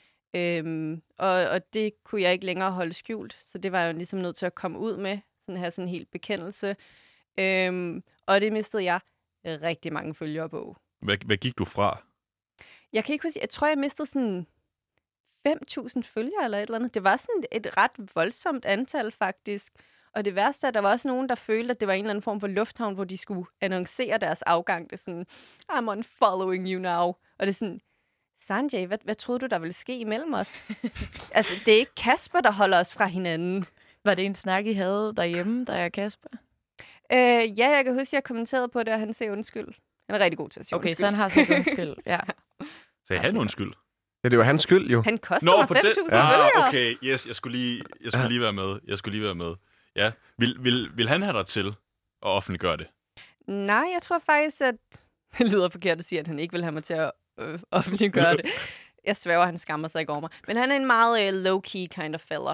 Og det kunne jeg ikke længere holde skjult, så det var jeg jo ligesom nødt til at komme ud med, sådan her sådan en helt bekendelse. Og det mistede jeg rigtig mange følgere på. Hvad gik du fra? Jeg kan ikke huske, jeg tror, jeg mistede sådan 5.000 følgere eller et eller andet. Det var sådan et ret voldsomt antal faktisk. Og det værste er, at der var også nogen, der følte, at det var en eller anden form for lufthavn, hvor de skulle annoncere deres afgang. Det er sådan, I'm unfollowing you now. Og det er sådan, Sanjay, hvad troede du, der ville ske imellem os? Altså, det er ikke Kasper, der holder os fra hinanden. Var det en snak, I havde derhjemme, der er Kasper? Ja, jeg kan huske, at jeg kommenterede på det, og han sagde undskyld. Han er rigtig god til at sige undskyld. Okay, så han har sagt undskyld, ja. Sagde han undskyld? Ja, det var hans skyld jo. Han koster mig 5.000 følgere. Okay, yes, jeg skulle lige være med. Ja, vil han have dig til at offentliggøre det? Nej, jeg tror faktisk, at det lyder forkert at sige, at han ikke vil have mig til at offentliggøre det. Jeg sværger, han skammer sig ikke over mig. Men han er en meget low-key kind of fella.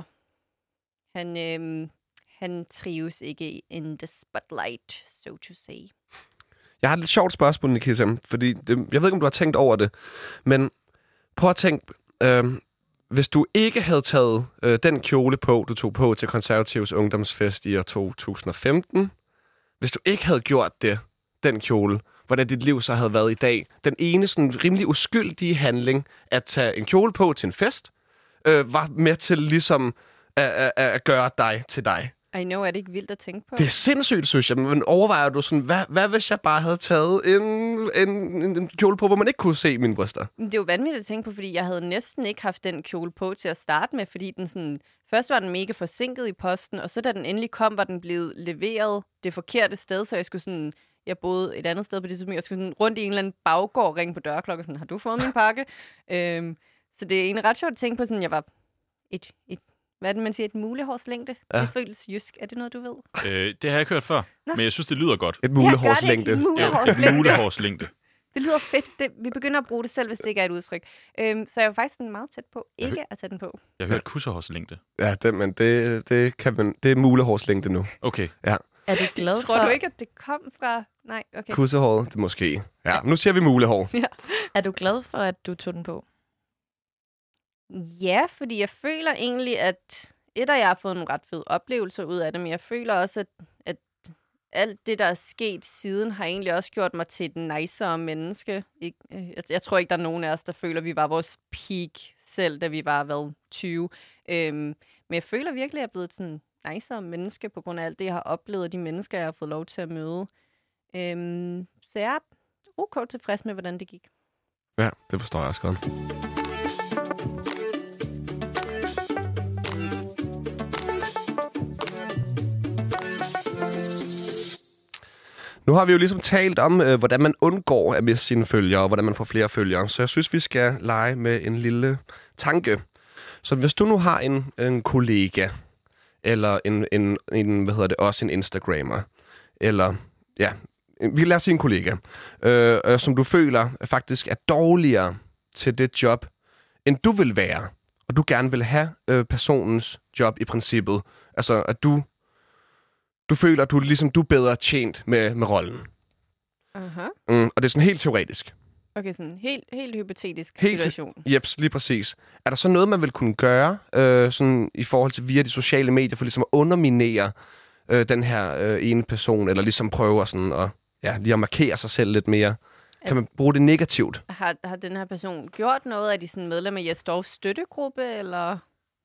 Han trives ikke in the spotlight, so to say. Jeg har et lidt sjovt spørgsmål, Nikita, fordi jeg ved ikke, om du har tænkt over det, men prøv at tænke, hvis du ikke havde taget den kjole på, du tog på til Konservatives ungdomsfest i år 2015, hvis du ikke havde gjort den kjole, hvordan dit liv så havde været i dag. Den ene sådan rimelig uskyldige handling at tage en kjole på til en fest, var med til ligesom at gøre dig til dig. I know, er det ikke vildt at tænke på? Det er sindssygt, synes jeg. Men overvejer du sådan, hvad hvis jeg bare havde taget en kjole på, hvor man ikke kunne se mine bryster? Det er jo vanvittigt at tænke på, fordi jeg havde næsten ikke haft den kjole på til at starte med, fordi den sådan, først var den mega forsinket i posten, og så da den endelig kom, var den blevet leveret det forkerte sted, så jeg boede et andet sted på det tidspunkt, jeg skulle sådan rundt i en eller anden baggård, ringe på dørklokken, sådan, har du fået min pakke? Så det er egentlig ret sjovt at tænke på, sådan, jeg var hvad er det, man siger? Et mulehårslængde? Ja. Det føles jysk. Er det noget, du ved? Det har jeg ikke hørt før, men jeg synes, det lyder godt. Et mulehårslængde. Et mulehårslængde. Det lyder fedt. Vi begynder at bruge det selv, hvis det ikke er et udtryk. Så jeg var faktisk meget tæt på ikke at tage den på. Jeg har hørt kussehårslængde. Ja, det er mulehårslængde nu. Okay. Ja. Er du glad for... Tror du ikke, at det kom fra... Nej, okay. Kussehåret, det måske. Ja, nu siger vi mulehår. Ja. Er du glad for, at du tog den på? Ja, fordi jeg føler egentlig, at jeg har fået nogle ret fede oplevelser ud af det, men jeg føler også, at alt det, der er sket siden, har egentlig også gjort mig til et nicere menneske. Jeg tror ikke, der er nogen af os, der føler, at vi var vores peak selv, da vi var 20. Men jeg føler virkelig, at jeg er blevet sådan nicere menneske, på grund af alt det, jeg har oplevet, de mennesker, jeg har fået lov til at møde. Så jeg er okay tilfreds med, hvordan det gik. Ja, det forstår jeg også godt. Nu har vi jo ligesom talt om, hvordan man undgår at miste sine følgere, og hvordan man får flere følgere. Så jeg synes, vi skal lege med en lille tanke. Så hvis du nu har en kollega, eller også en Instagrammer, eller ja, vi lader sige en kollega, som du føler faktisk er dårligere til det job, end du vil være, og du gerne vil have personens job i princippet. Altså, at du føler, at du er bedre tjent med rollen. Aha. Og det er sådan helt teoretisk. Okay, sådan helt hypotetisk situation. Jeps, lige præcis. Er der så noget, man vil kunne gøre sådan i forhold til via de sociale medier, for ligesom at underminere den her ene person, eller ligesom prøve sådan lige at markere sig selv lidt mere? Kan man bruge det negativt? Har den her person gjort noget? Er de sådan medlem af Jes Dorfs støttegruppe, eller?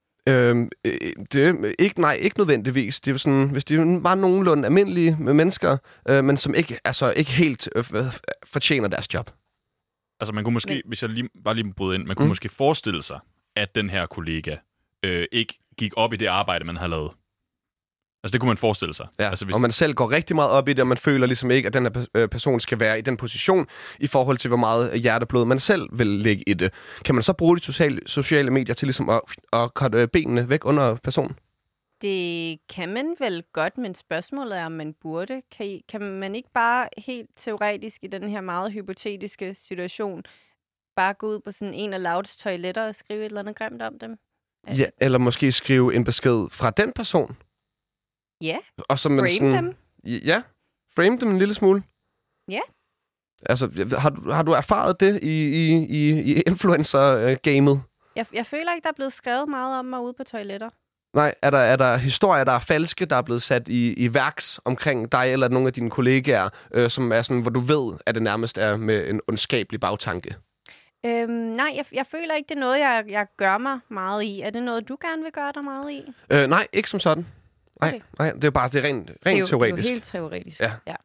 Ikke nødvendigvis. Det er sådan, hvis de var nogenlunde almindelige mennesker, men som ikke helt fortjener deres job. Altså man kunne måske, hvis jeg lige må bryde ind, man kunne måske forestille sig, at den her kollega ikke gik op i det arbejde, man har lavet. Altså det kunne man forestille sig. Ja, altså, og man selv går rigtig meget op i det, og man føler ligesom ikke, at den her person skal være i den position, i forhold til, hvor meget hjerteblod man selv vil lægge i det. Kan man så bruge de sociale medier til ligesom at cutte benene væk under personen? Det kan man vel godt, men spørgsmålet er, om man burde. Kan man ikke bare helt teoretisk i den her meget hypotetiske situation, bare gå ud på sådan en af Louds toiletter og skrive et eller andet grimt om dem? Ja, eller måske skrive en besked fra den person. Ja, og så frame dem. Ja, frame dem en lille smule. Ja. Altså, har du erfaret det i influencer-gamet? Jeg føler ikke, der er blevet skrevet meget om mig ude på toiletter. Nej, er der historier, der er falske, der er blevet sat i værks omkring dig eller nogle af dine kollegaer, som er sådan, hvor du ved, at det nærmest er med en ondskabelig bagtanke? Nej, jeg føler ikke, det er noget, jeg gør mig meget i. Er det noget, du gerne vil gøre dig meget i? Nej, ikke som sådan. Nej, det er bare rent teoretisk. Det er jo helt teoretisk.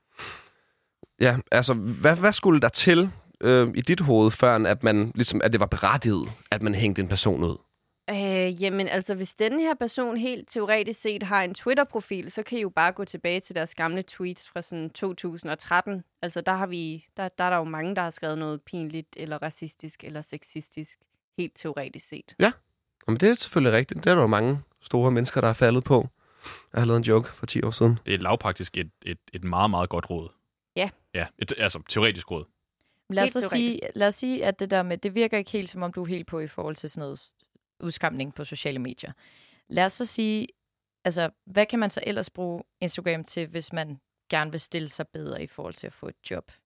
Ja, altså, hvad skulle der til i dit hoved, før at man ligesom, at det var berettiget, at man hængte en person ud? Jamen, altså, hvis denne her person helt teoretisk set har en Twitter-profil, så kan I jo bare gå tilbage til deres gamle tweets fra sådan 2013. Altså, der er der jo mange, der har skrevet noget pinligt, eller racistisk, eller sexistisk, helt teoretisk set. Ja, men det er selvfølgelig rigtigt. Det er der jo mange store mennesker, der er faldet på. Jeg har lavet en joke for 10 år siden. Det er lavpraktisk et meget, meget godt råd. Ja. Ja, altså teoretisk råd. Lad os sige, at det der med, det virker ikke helt, som om du er helt på i forhold til sådan noget udskamning på sociale medier. Lad os så sige, altså, hvad kan man så ellers bruge Instagram til, hvis man gerne vil stille sig bedre i forhold til at få et job?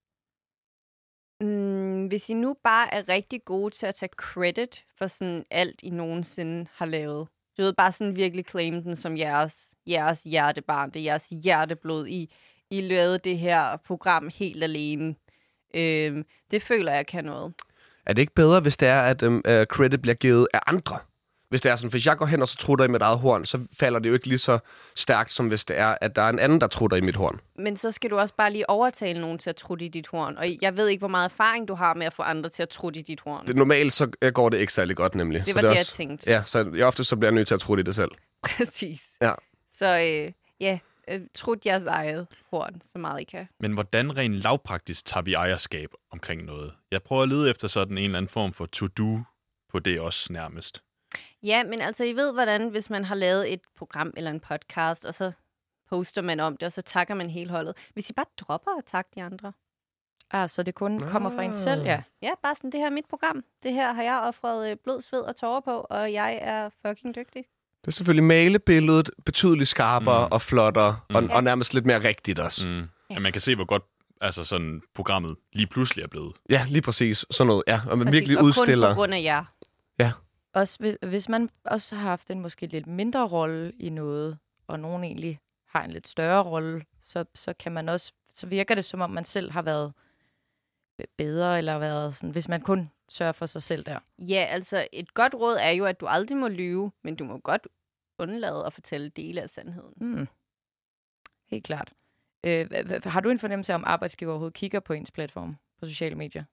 Hvis I nu bare er rigtig gode til at tage credit for sådan alt, I nogensinde har lavet. Du ved, bare sådan virkelig claim den som jeres hjertebarn. Det er jeres hjerteblod. I lavede det her program helt alene. Det føler jeg kan noget. Er det ikke bedre, hvis det er, at credit bliver givet af andre? Hvis det er sådan, hvis jeg går hen og så trutter i mit eget horn, så falder det jo ikke lige så stærkt, som hvis det er, at der er en anden, der trutter i mit horn. Men så skal du også bare lige overtale nogen til at trutte i dit horn. Og jeg ved ikke, hvor meget erfaring du har med at få andre til at trutte i dit horn. Normalt så går det ikke særlig godt, nemlig. Det var det, jeg tænkte. Ja, så jeg ofte så bliver jeg nødt til at trutte i det selv. Præcis. Ja. Så trut jeres eget horn, så meget I kan. Men hvordan rent lavpraktisk tager vi ejerskab omkring noget? Jeg prøver at lede efter sådan en eller anden form for to-do på det også nærmest. Ja, men altså, I ved hvordan, hvis man har lavet et program eller en podcast, og så poster man om det, og så takker man hele holdet. Hvis I bare dropper at takke de andre. Så det kun kommer fra en selv, ja? Ja, bare sådan, det her er mit program. Det her har jeg offret blod, sved og tårer på, og jeg er fucking dygtig. Det er selvfølgelig malebilledet betydeligt skarpere og flottere, og nærmest lidt mere rigtigt også. Ja. Ja, man kan se, hvor godt altså sådan programmet lige pludselig er blevet. Ja, lige præcis. Sådan noget, ja. Og man præcis, virkelig og udstiller. kun på grund af jer. Ja. Også hvis man også har haft en måske lidt mindre rolle i noget, og nogen egentlig har en lidt større rolle, så kan man også, så virker det, som om man selv har været bedre, eller været sådan, hvis man kun sørger for sig selv der. Ja, altså et godt råd er jo, at du aldrig må lyve, men du må godt undlade at fortælle dele af sandheden. Helt klart. Har du en fornemmelse om, arbejdsgiver overhovedet kigger på ens platform på sociale medier?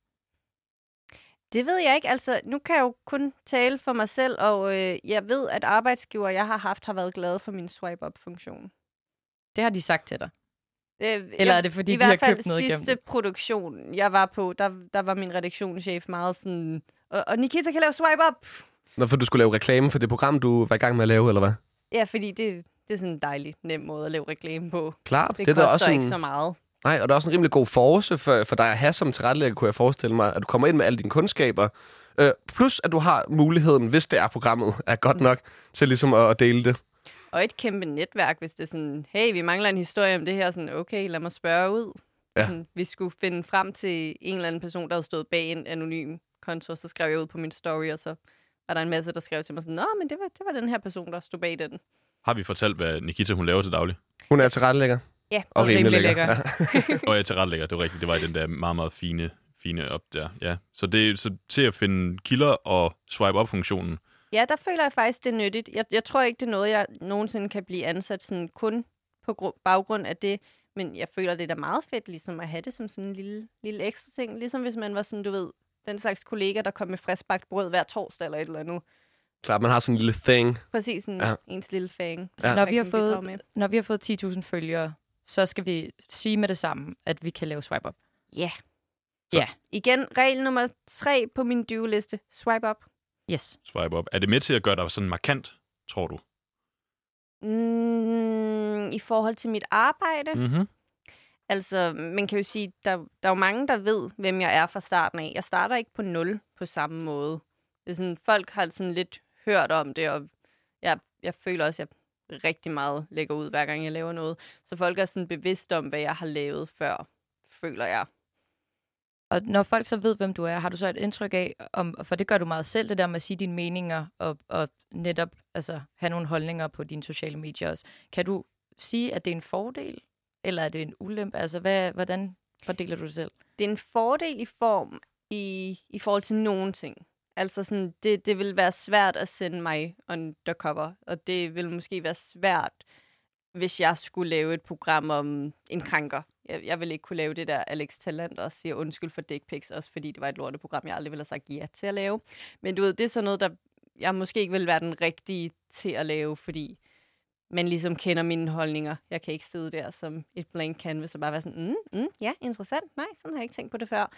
Det ved jeg ikke. Altså, nu kan jeg jo kun tale for mig selv, og jeg ved, at arbejdsgiver, jeg har haft, har været glade for min swipe-up-funktion. Det har de sagt til dig? Eller er det, fordi de har købt noget igennem det? I hvert fald sidste produktion, jeg var på, der var min redaktionschef meget sådan, og Nikita kan lave swipe-up. Nå, for du skulle lave reklame for det program, du var i gang med at lave, eller hvad? Ja, fordi det er sådan en dejlig, nem måde at lave reklame på. Klart. Det koster også ikke så meget. Nej, og der er også en rimelig god force for dig at have som tilrettelægger, kunne jeg forestille mig, at du kommer ind med alle dine kundskaber. Plus, at du har muligheden, hvis det er programmet, er godt nok til ligesom at dele det. Og et kæmpe netværk, hvis det er sådan, hey, vi mangler en historie om det her, sådan, okay, lad mig spørge ud. Ja. Sådan, vi skulle finde frem til en eller anden person, der havde stået bag en anonym konto, så skrev jeg ud på min story, og så var der en masse, der skrev til mig sådan, nå, men det var den her person, der stod bag den. Har vi fortalt, hvad Nikita hun laver til daglig? Hun er tilrettelægger. Ja, og rimelig lækker. Ja. Og jeg er tilrettelægger, det var rigtigt. Det var i den der meget, meget fine op der. Ja. Så til at finde kilder og swipe-up-funktionen. Ja, der føler jeg faktisk, det er nyttigt. Jeg tror ikke, det er noget, jeg nogensinde kan blive ansat sådan kun på baggrund af det. Men jeg føler, det er da meget fedt ligesom at have det som sådan en lille ekstra ting. Ligesom hvis man var sådan, du ved, den slags kollega, der kom med friskbagt brød hver torsdag eller et eller andet. Klart, man har sådan en lille thing. Præcis, ens lille fang. Så når vi har fået 10.000 følgere, så skal vi sige med det samme, at vi kan lave swipe-up. Ja. Ja. Igen, regel nummer 3 på min do-liste. Swipe-up. Yes. Swipe-up. Er det med til at gøre dig sådan markant, tror du? I forhold til mit arbejde? Mm-hmm. Altså, man kan jo sige, der er jo mange, der ved, hvem jeg er fra starten af. Jeg starter ikke på 0 på samme måde. Det er sådan, folk har sådan lidt hørt om det, og jeg føler også, at jeg rigtig meget lægger ud, hver gang jeg laver noget. Så folk er sådan bevidste om, hvad jeg har lavet før, føler jeg. Og når folk så ved, hvem du er, har du så et indtryk af, for det gør du meget selv, det der med at sige dine meninger, og netop altså, have nogle holdninger på dine sociale medier også. Kan du sige, at det er en fordel, eller er det en ulempe? Altså, hvordan fordeler du det selv? Det er en fordel i forhold til nogle ting. Altså sådan, det vil være svært at sende mig undercover, og det vil måske være svært, hvis jeg skulle lave et program om en krænker. Jeg vil ikke kunne lave det der Alex Talent og siger undskyld for dick pics, også fordi det var et lorteprogram, jeg aldrig ville have sagt ja til at lave. Men du ved, det er sådan noget, der jeg måske ikke vil være den rigtige til at lave, fordi man ligesom kender mine holdninger. Jeg kan ikke sidde der som et blank canvas og bare være sådan, ja, interessant. Nej, sådan har jeg ikke tænkt på det før.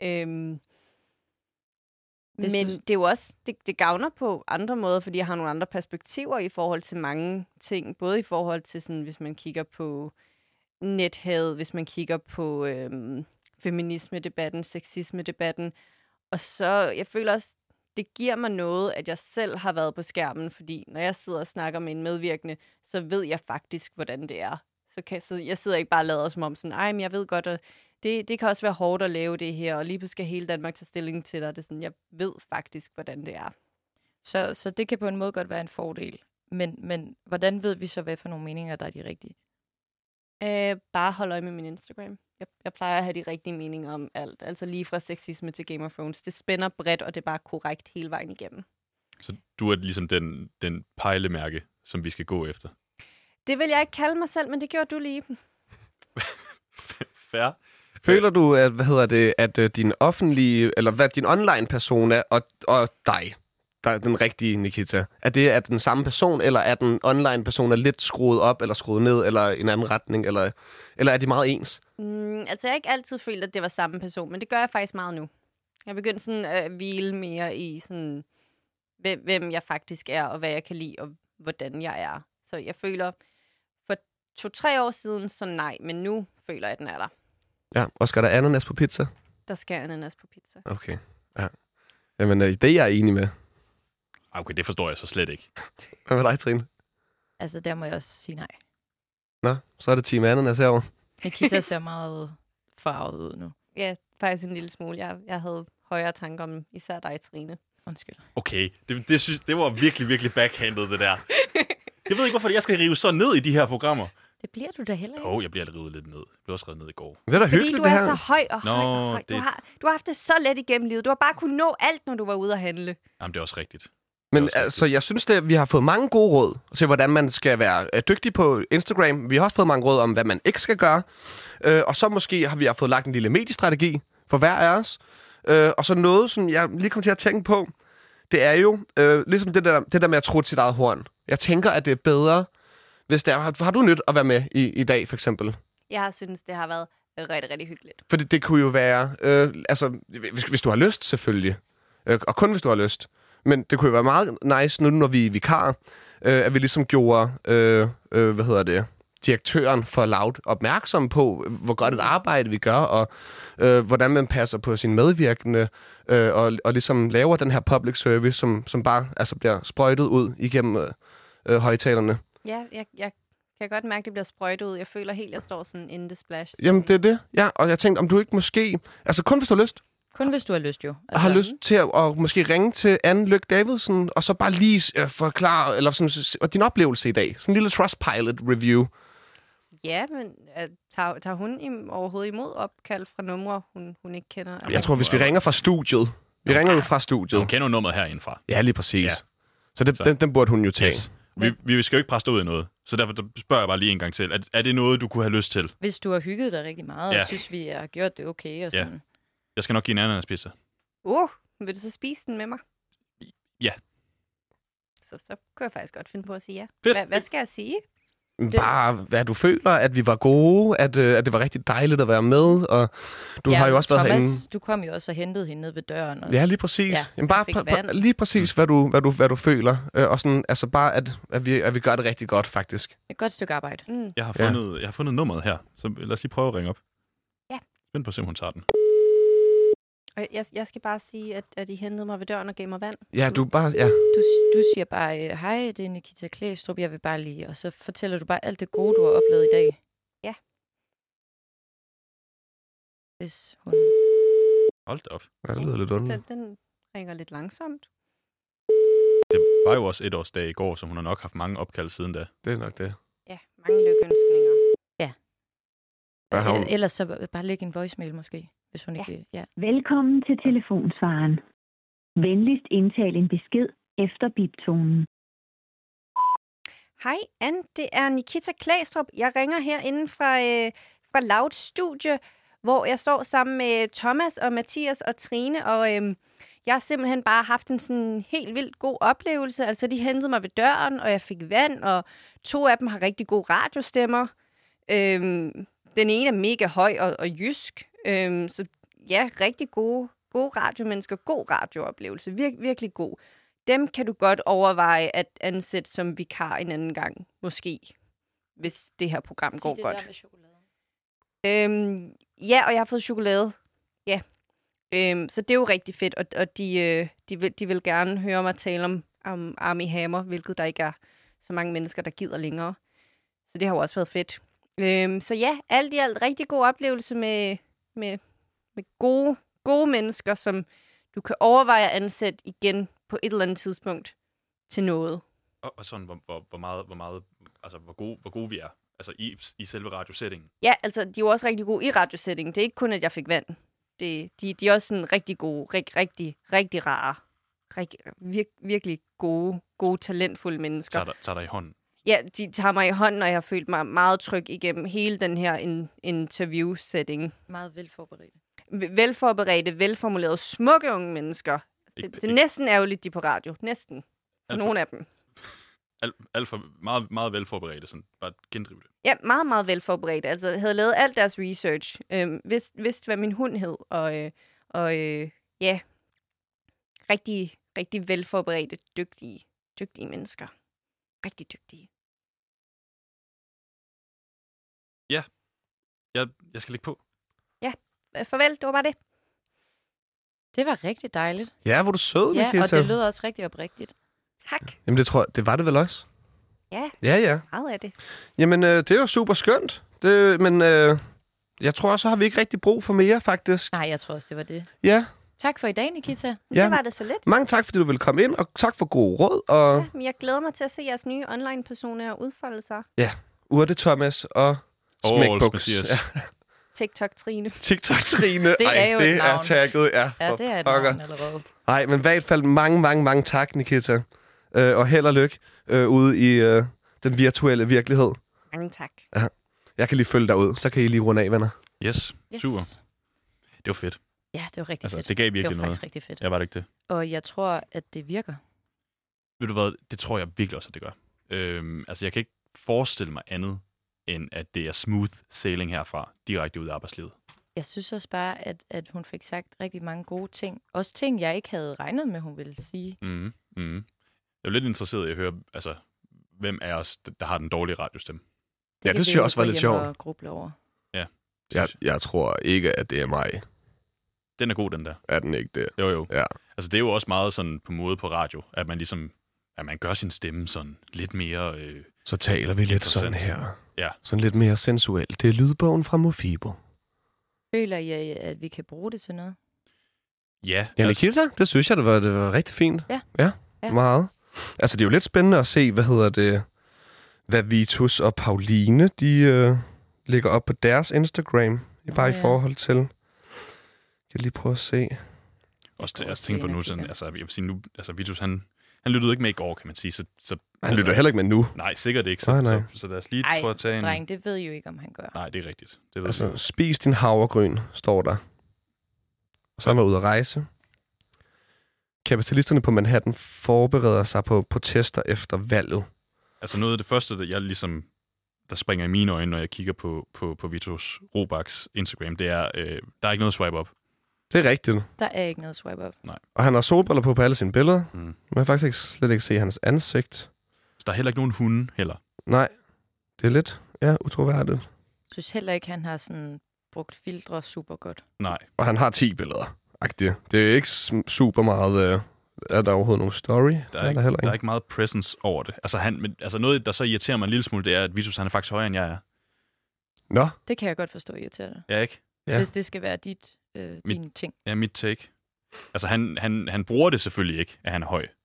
Men det er jo også, det gavner på andre måder, fordi jeg har nogle andre perspektiver i forhold til mange ting. Både i forhold til, sådan, hvis man kigger på nethad, hvis man kigger på feminisme-debatten, sexisme-debatten. Og så, jeg føler også, det giver mig noget, at jeg selv har været på skærmen, fordi når jeg sidder og snakker med en medvirkende, så ved jeg faktisk, hvordan det er. Så jeg sidder ikke bare og lader som om sådan, men jeg ved godt, at det kan også være hårdt at lave det her, og lige pludselig skal hele Danmark tage stilling til dig. Det er sådan, jeg ved faktisk, hvordan det er. Så det kan på en måde godt være en fordel. Men hvordan ved vi så, hvad for nogle meninger, der er de rigtige? Bare hold øje med min Instagram. Jeg plejer at have de rigtige meninger om alt. Altså lige fra sexisme til Game of Thrones. Det spænder bredt, og det er bare korrekt hele vejen igennem. Så du er ligesom den pejlemærke, som vi skal gå efter? Det vil jeg ikke kalde mig selv, men det gjorde du lige. Fair. Føler du, at din offentlige, eller hvad din online persona og dig, der er den rigtige Nikita, er det den samme person, eller er den online persona lidt skruet op, eller skruet ned, eller i en anden retning, eller er de meget ens? Altså, jeg har ikke altid følt, at det var samme person, men det gør jeg faktisk meget nu. Jeg er begyndt sådan at hvile mere i sådan, hvem jeg faktisk er, og hvad jeg kan lide, og hvordan jeg er. Så jeg føler, for 2-3 år siden, så nej, men nu føler jeg, at den er der. Ja, og skal der ananas på pizza? Der skal ananas på pizza. Okay, ja. Jamen, det er jeg enig med. Okay, det forstår jeg så slet ikke. Hvad med dig, Trine? Altså, der må jeg også sige nej. Nå, så er det team ananas herovre. Nikita ser meget farvet ud nu. Ja, faktisk en lille smule. Jeg havde højere tanker om især dig, Trine. Undskyld. Okay, det var virkelig, virkelig backhanded, det der. Jeg ved ikke, hvorfor jeg skal rive så ned i de her programmer. Det bliver du da heller ikke. Jeg bliver rivet lidt ned. Jeg blev også revet ned i går. Det er da hyggeligt, det her. Fordi du er så høj og høj. Det... Du har haft det så let igennem livet. Du har bare kunnet nå alt, når du var ude at handle. Jamen, det er også rigtigt. Men altså, jeg synes, vi har fået mange gode råd til, hvordan man skal være dygtig på Instagram. Vi har også fået mange råd om, hvad man ikke skal gøre. Og så måske har vi fået lagt en lille mediestrategi for hver af os. Og så noget, som jeg lige kom til at tænke på, det er jo ligesom det der med at tro sit eget horn. Jeg tænker, at det er bedre, hvis det er... Har du nyt at være med i dag, for eksempel? Jeg synes, det har været rigtig, rigtig hyggeligt. Fordi det kunne jo være... altså, hvis du har lyst, selvfølgelig. Og kun hvis du har lyst. Men det kunne jo være meget nice, nu når vi er vikarer, at vi ligesom gjorde, direktøren for Loud opmærksom på, hvor godt et arbejde vi gør, og hvordan man passer på sine medvirkende, og ligesom laver den her public service, som bare altså bliver sprøjtet ud igennem højtalerne. Ja, jeg kan godt mærke, at det bliver sprøjtet ud. Jeg føler helt, at jeg står sådan in the splash. Jamen, det er det. Ja, og jeg tænkte, om du ikke måske... Altså, kun hvis du har lyst. Kun hvis du har lyst, jo. Altså, har lyst til at måske ringe til Anne Lykke Davidsen, og så bare lige forklare, eller sådan, din oplevelse i dag. Sådan en lille Trustpilot-review. Ja, men tager hun overhovedet imod opkald fra numre, hun ikke kender? Jeg tror, hvis vi ringer fra studiet. Vi ringer jo fra studiet. Hun kender nummeret herindefra. Ja, lige præcis. Ja. Så den burde hun jo tage. Yes. Vi skal jo ikke presse ud i noget. Så derfor spørger jeg bare lige en gang til. Er det noget, du kunne have lyst til? Hvis du har hygget dig rigtig meget, og synes, vi har gjort det okay og sådan. Ja. Jeg skal nok give en ananaspizza. Vil du så spise den med mig? Ja. Så kunne jeg faktisk godt finde på at sige ja. Hvad skal jeg sige? Bare, hvad du føler, at vi var gode, at det var rigtig dejligt at være med, og du har jo også været herinde. Du kom jo også og hentede hende ned ved døren. Og... Ja, lige præcis. Ja, jamen bare lige præcis, hvad du føler, og sådan, altså bare, at vi gør det rigtig godt, faktisk. Et godt stykke arbejde. Mm. Jeg har fundet nummeret her, så lad os lige prøve at ringe op. Ja. Spændt på at se, om hun tager den. Jeg skal bare sige, at I hentede mig ved døren og gav mig vand. Ja, du siger bare, hej, det er Nikita Klæstrup, jeg vil bare lige... Og så fortæller du bare alt det gode, du har oplevet i dag. Ja. Hvis hun... Hold da op. Ja, det lyder lidt underligt. Den ringer lidt langsomt. Det var jo også 1-årsdag i går, så hun har nok haft mange opkald siden da. Det er nok det. Ja, mange lykønskninger. Ja. Ellers så bare lægge en voicemail måske. Hvis hun ikke... Ja. Velkommen til telefonsvaren. Venligst indtal en besked efter biptonen. Hej, Anne. Det er Nikita Klæstrup. Jeg ringer herinde fra Loud Studie, hvor jeg står sammen med Thomas og Mathias og Trine, og jeg har simpelthen bare haft en sådan helt vildt god oplevelse. Altså, de hentede mig ved døren, og jeg fik vand, og 2 af dem har rigtig gode radiostemmer. Den ene er mega høj og jysk. Så ja, rigtig gode radiomennesker. God radiooplevelse. Virkelig god. Dem kan du godt overveje at ansætte som vikar en anden gang. Måske. Hvis det her program går godt. Der med chokolade. Ja, og jeg har fået chokolade. Ja. Så det er jo rigtig fedt. Og de vil gerne høre mig tale om Armie Hammer, hvilket der ikke er så mange mennesker, der gider længere. Så det har jo også været fedt. Så ja, alt i alt rigtig god oplevelse med gode mennesker, som du kan overveje at ansætte igen på et eller andet tidspunkt til noget. Og sådan, hvor gode vi er, altså i selve radiosætningen. Ja, altså, de er jo også rigtig gode i radiosætningen. Det er ikke kun, at jeg fik vand. De er også sådan rigtig gode, rigtig rare. Virkelig gode, talentfulde mennesker. Tager dig i hånden. Ja, de tager mig i hånden, og jeg har følt mig meget tryg igennem hele den her interview-setting. Meget velforberedte. Velformulerede, smukke unge mennesker. Det er næsten ærgerligt, de er på radio. Næsten. Nogle af dem. Alt for meget, meget velforberedte. Sådan bare gendrive det. Ja, meget, meget velforberedte. Altså, havde lavet alt deres research. Vidste, hvad min hund hed. Og ja, rigtig velforberedte, dygtige mennesker. Rigtig dygtige. Ja. Jeg skal lægge på. Ja, farvel. Det var bare det. Det var rigtig dejligt. Ja, hvor du sød, Nikita. Ja, og det lød også rigtig oprigtigt. Tak. Jamen, det var det vel også? Ja. Ja. Meget af det. Jamen, det er jo super skønt. Men jeg tror også, så har vi ikke rigtig brug for mere, faktisk. Nej, jeg tror også, det var det. Ja. Tak for i dag, Nikita. Ja. Det var det så lidt. Mange tak, fordi du ville komme ind, og tak for gode råd. Og... Ja, jeg glæder mig til at se jeres nye online-personer udfolde sig. Ja, Urte Thomas og Smækbuks. Ja. TikTok-Trine. Det er jo et navn. Tagget. Ja, det er et navn allerede. Nej, men i hvert fald mange tak, Nikita. Og held og lykke ude i den virtuelle virkelighed. Mange tak. Ja. Jeg kan lige følge dig ud, så kan I lige runde af, venner. Yes, super. Det var fedt. Ja, det var rigtig fedt. Det gav virkelig noget. Det var faktisk rigtig fedt. Ja, var det ikke det? Og jeg tror, at det virker. Ved du hvad, det tror jeg virkelig også, at det gør. Jeg kan ikke forestille mig andet, end at det er smooth sailing herfra, direkte ud af arbejdslivet. Jeg synes også bare, at hun fik sagt rigtig mange gode ting. Også ting, jeg ikke havde regnet med, hun ville sige. Jeg er lidt interesseret i at høre, hvem af os, der har den dårlige radiostemme. Det synes jeg også var lidt sjovt. Over. Ja. Jeg tror ikke, at det er mig. Den er god, den der. Er den ikke det? Jo. Ja. Det er jo også meget sådan på måde på radio, at man ligesom, at man gør sin stemme sådan lidt mere... Så taler vi lidt sådan her. Ja. Sådan lidt mere sensuelt. Det er lydbogen fra Mofibo. Føler I, at vi kan bruge det til noget? Ja. Nikita, det synes jeg, det var rigtig fint. Ja. Meget. Det er jo lidt spændende at se, hvad Vitus og Pauline, de lægger op på deres Instagram. Bare i forhold til... Jeg kan lige prøve at se. Også til at tænke på nu, sådan, jeg vil sige nu, Vitus, han lyttede ikke med i går, kan man sige. Så han lytter heller ikke med nu. Nej, sikkert ikke. Så lad os lige prøve at tage en... dreng, det ved jo ikke, om han gør. Nej, det er rigtigt. Det ved spis din havregryn, står der. Og så er man ude at rejse. Kapitalisterne på Manhattan forbereder sig på protester efter valget. Noget af det første, der springer i mine øjne, når jeg kigger på Vitus Robaks Instagram, det er, der er ikke noget swipe up. Det er rigtigt. Der er ikke noget swipe up. Nej. Og han har solbriller på alle sine billeder. Man kan faktisk slet ikke se hans ansigt. Så der er heller ikke nogen hunde heller. Nej, det er lidt utroværdigt. Jeg synes heller ikke, han har sådan brugt filtre super godt. Nej. Og han har 10 billeder. Det er ikke super meget... Er der overhovedet nogen story? Der er ikke meget presence over det. Noget, der så irriterer mig en lille smule, det er, at Vitus han er faktisk højere, end jeg er. Nå. Det kan jeg godt forstå irriterer dig. Ja, ikke? Ja. Hvis det skal være din ting. Ja, mit take. Han bruger det selvfølgelig ikke, at han er høj.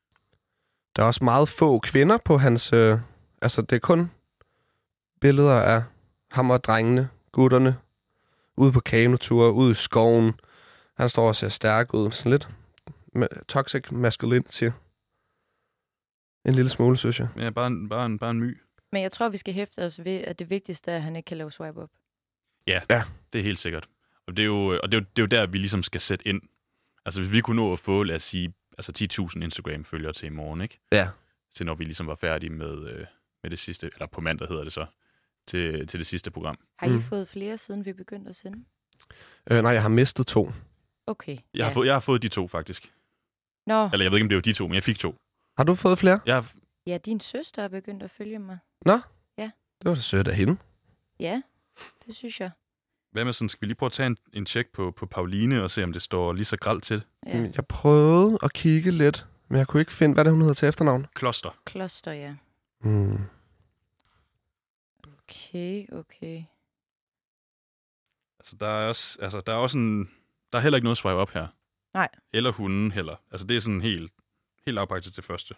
Der er også meget få kvinder på hans... det er kun billeder af ham og drengene, gutterne, ude på kanoture, ude i skoven. Han står og ser stærk ud. Sådan lidt toxic masculinity. En lille smule, synes jeg. Ja, bare en my. Men jeg tror, vi skal hæfte os ved, at det vigtigste er, at han ikke kan lave swipe up. Ja, det er helt sikkert. Og det er jo der, vi ligesom skal sætte ind. Hvis vi kunne nå at få, lad os sige, 10.000 Instagram-følgere til i morgen, ikke? Ja. Til når vi ligesom var færdige med det sidste, eller på mandag hedder det så, til det sidste program. Har I fået flere, siden vi begyndte at sende? Nej, jeg har mistet 2. Okay. Jeg har fået de 2, faktisk. Nå. Eller jeg ved ikke, om det var de 2, men jeg fik 2. Har du fået flere? Ja, din søster er begyndt at følge mig. Nå? Ja. Det var da sødt af hende. Ja, det synes jeg. Hvad med sådan, skal vi lige prøve at tage en tjek på Pauline og se, om det står lige så grelt til? Ja. Jeg prøvede at kigge lidt, men jeg kunne ikke finde, hvad det hun hedder til efternavn. Kloster, ja. Okay. Der er heller ikke noget swipe op her. Nej. Eller hunden heller. Det er sådan helt afpakket til første.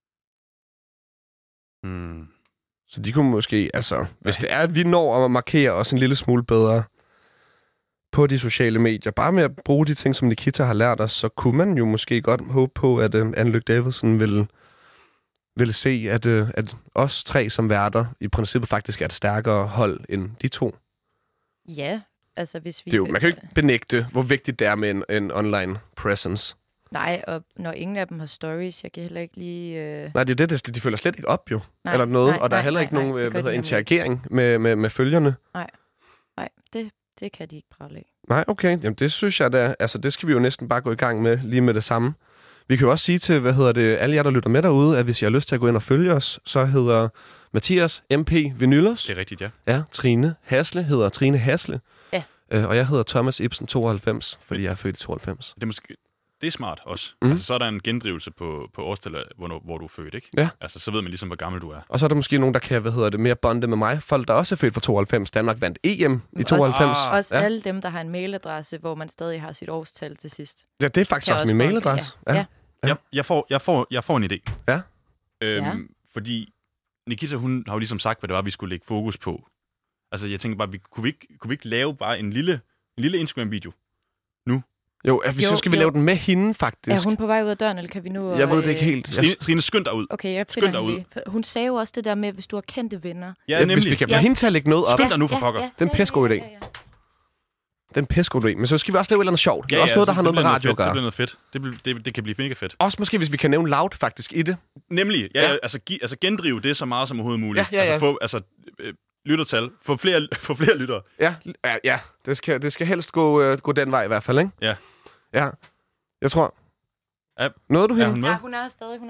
Så de kunne måske, hvis det er, at vi når at markere os en lille smule bedre på de sociale medier, bare med at bruge de ting, som Nikita har lært os, så kunne man jo måske godt håbe på, at Anne Lykke Davidsen ville se, at os 3 som værter i princippet faktisk er et stærkere hold end de 2. Ja, hvis vi... Man kan jo ikke benægte, hvor vigtigt det er med en online presence. Nej, og når ingen af dem har stories, jeg kan heller ikke lige... Nej, det er det, de følger slet ikke op jo, eller noget, og der er heller ikke nogen interagering med følgerne. Nej, det kan de ikke prale af. Nej, okay, jamen det synes jeg da, det skal vi jo næsten bare gå i gang med, lige med det samme. Vi kan jo også sige til, alle jer, der lytter med derude, at hvis I har lyst til at gå ind og følge os, så hedder Mathias MP Vinylos. Det er rigtigt, ja. Ja, Trine Hasle hedder Trine Hasle. Ja. Og jeg hedder Thomas Ibsen 92, fordi jeg er født i 92. Det er måske... Det er smart også. Altså, så er der en gendrivelse på årstallet, hvor du er født, ikke? Ja. Altså, så ved man ligesom, hvor gammel du er. Og så er der måske nogen, der kan, mere bonde med mig. Folk, der også er født fra 92. Danmark vandt EM i 92. Også alle dem, der har en mailadresse, hvor man stadig har sit årstal til sidst. Ja, det er faktisk også min mailadresse. Ja. Jeg får en idé. Ja. Fordi Nikita, hun har jo ligesom sagt, hvad det var, vi skulle lægge fokus på. Altså, jeg tænker bare, kunne vi ikke lave bare en lille Instagram-video nu? Jo, så skal vi lave den med hende, faktisk. Er hun på vej ud af døren, eller kan vi nu... Jeg ved det ikke helt. Trine, skynd dig ud. Okay, jeg finder hende. Hun sagde jo også det der med, hvis du har kendte venner. Ja, nemlig. Hvis vi kan få hende til at lægge noget op. Skynd dig nu for pokker. Det er en pissegod idé. Det er en pissegod idé. Men så skal vi også lave et eller andet sjovt. Det er også noget, der har noget med radio at gøre. Det bliver noget fedt. Det kan blive mega fedt. Også måske, hvis vi kan nævne loud faktisk i det. Nemlig. Altså gendrive det så meget som overhovedet muligt. Ja. Altså lyttertal. Få flere lyttere. Ja. Det skal helst gå den vej i hvert fald, ikke? Ja. Jeg tror... Nåede du hende? Ja, hun er stadig.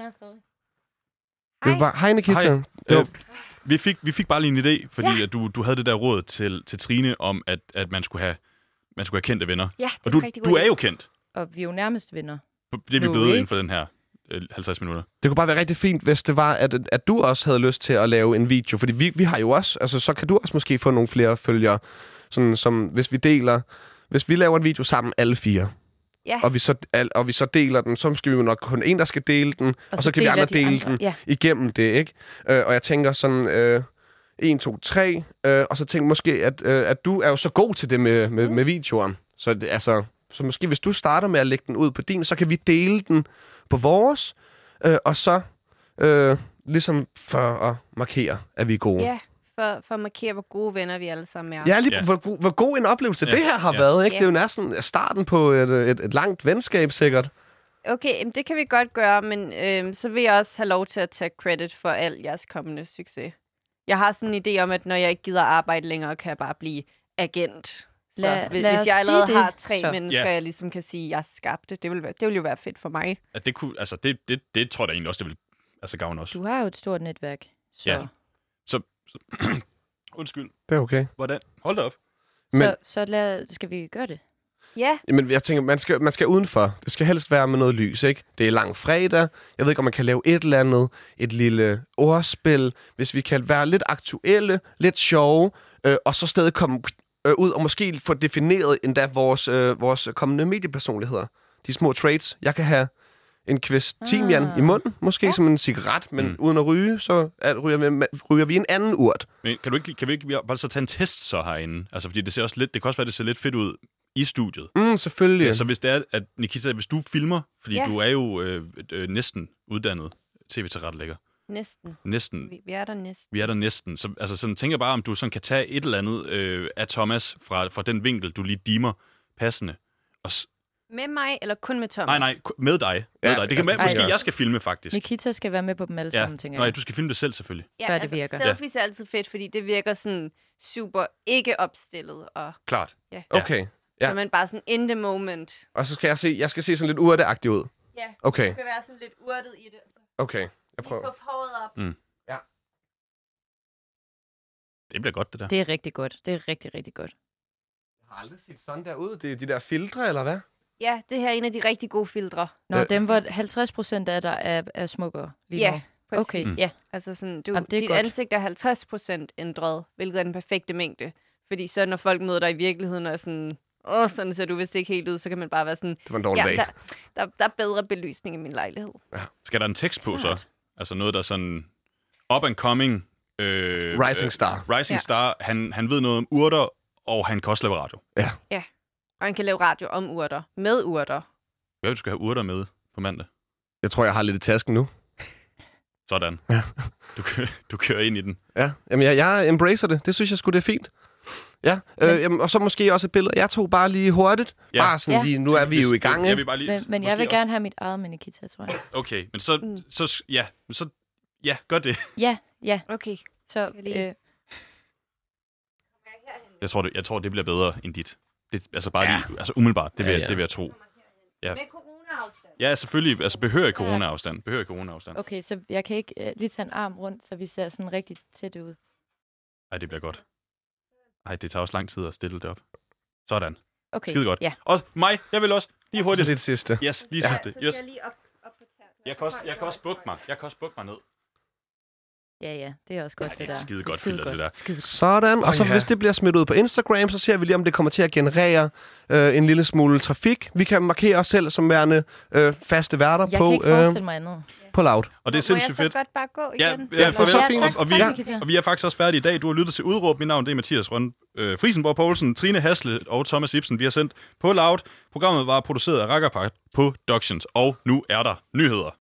Hej, Nikita. Vi fik bare lige en idé, fordi at du havde det der råd til Trine om, at man skulle have kendte venner. Ja, det og er rigtig du er jo kendt. Og vi er jo nærmest venner. Det er vi blevet inden for den her 50 minutter. Det kunne bare være rigtig fint, hvis det var, at du også havde lyst til at lave en video. Fordi vi har jo også... Altså, så kan du også måske få nogle flere følgere. Sådan som hvis vi laver en video sammen, alle 4. Ja. Og vi så deler den, så skal vi jo nok kun en, der skal dele den, og så kan vi andre dele den igennem det, ikke? Og jeg tænker sådan 1, 2, 3, og så tænker måske, at du er jo så god til det med videoen. Så måske hvis du starter med at lægge den ud på din, så kan vi dele den på vores, og så ligesom for at markere, at vi er gode. Ja. For at markere, hvor gode venner vi alle sammen er. Ja, hvor god en oplevelse det her har været, ikke? Det er jo næsten starten på et langt venskab, sikkert. Okay, det kan vi godt gøre, men så vil jeg også have lov til at tage credit for al jeres kommende succes. Jeg har sådan en idé om, at når jeg ikke gider arbejde længere, kan jeg bare blive agent. Så hvis jeg allerede har 3 mennesker, jeg ligesom kan sige, at jeg skabte, det vil jo være fedt for mig. At det kunne, altså det tror jeg egentlig også, det vil gavne os. Du har jo et stort netværk. Så. Ja. Så undskyld. Det er okay. Hvordan? Hold da op. Så skal vi gøre det? Ja. Men jeg tænker, man skal udenfor. Det skal helst være med noget lys, ikke? Det er langfredag. Jeg ved ikke, om man kan lave et eller andet. Et lille ordspil. Hvis vi kan være lidt aktuelle, lidt sjove, og så stadig komme ud og måske få defineret endda vores kommende mediepersonligheder. De små traits. Jeg kan have en kvist timian i munden, måske som en cigaret, men uden at ryge, så ryger vi en anden urt. Men kan vi ikke bare så tage en test så herinde? Altså, fordi det ser også lidt, det kan også være, det ser lidt fedt ud i studiet. Selvfølgelig. Ja, så hvis det er, at Nikita, hvis du filmer, fordi du er jo næsten uddannet tv-tilrettelægger. Næsten. Vi er der næsten. Vi er der næsten. Så altså, sådan, tænker bare, om du sådan kan tage et eller andet af Thomas fra den vinkel, du lige dimer passende. Og med mig, eller kun med Thomas? Nej, med dig. Det kan måske jeg skal filme, faktisk. Nikita skal være med på dem alle sammen, tænker jeg. Nej, du skal filme det selv, selvfølgelig. Ja, altså, det virker. Selfies er altid fedt, fordi det virker sådan super ikke opstillet. Og, klart. Ja. Okay. Ja. Så man bare sådan in the moment. Og så skal jeg skal se sådan lidt urteagtig ud. Ja, okay. Du kan være sådan lidt urtet i det. Så. Okay, jeg prøver. Lige puff håret op. Ja. Det bliver godt, det der. Det er rigtig godt. Det er rigtig, rigtig godt. Jeg har aldrig set sådan der ud. Det er de der filtre, eller hvad? Ja, det her er en af de rigtig gode filtre. Nå, dem var 50% af der er smukkere lige nu. Præcis. Okay, ja. Altså sådan, dit ansigt er 50% ændret, hvilket er den perfekte mængde. Fordi så når folk møder dig i virkeligheden og sådan, sådan ser du vist ikke helt ud, så kan man bare være sådan, det var en dårlig dag. Der er bedre belysning i min lejlighed. Ja. Skal der en tekst på så? Altså noget, der sådan up and coming. Rising Star. Rising Star. Han ved noget om urter, og han kan også lave radio. Ja. Og han kan lave radio om urter. Med urter. Ja, du skal have urter med på mandag. Jeg tror, jeg har lidt i tasken nu. Sådan. Ja. Du kører ind i den. Ja, jamen jeg embracer det. Det synes jeg sgu, det er fint. Ja, jamen, og så måske også et billede. Jeg tog bare lige hurtigt. Ja. Bare sådan lige, nu er vi jo i gang. Men jeg vil gerne have mit eget med Nikita, tror jeg. Okay, men så gør det. Ja. Okay. Så, jeg tror, det bliver bedre end dit. Det, altså bare lige, altså umiddelbart, det vil jeg tro. Ja. Med corona-afstand. Ja, selvfølgelig. Altså behørig corona-afstand. Okay, så jeg kan ikke lige tage en arm rundt, så vi ser sådan rigtig tæt ud. Ej, det bliver godt. Ej, det tager også lang tid at stille det op. Sådan. Okay. Skide godt. Ja. Og mig, jeg vil også. Lige hurtigt. Lidt sidste. Yes, lige sidste. Så skal jeg lige op på tæerne. Jeg kan også bukke mig ned. Ja, det er også godt, det der. Skide godt filter, det der. Sådan, og så hvis det bliver smidt ud på Instagram, så ser vi lige, om det kommer til at generere en lille smule trafik. Vi kan markere os selv som værende faste værter jeg på... kan ikke forestille mig andet. På Loud. Og det er sindssygt fedt. Må jeg så godt bare gå igen? Ja, så fint. Og vi er faktisk også færdige i dag. Du har lyttet til Udråb. Mit navn det er Mathias Rønne Friesenborg Poulsen, Trine Hasle og Thomas Ibsen. Vi har sendt på Loud. Programmet var produceret af Rakkerpark Productions. Og nu er der nyheder.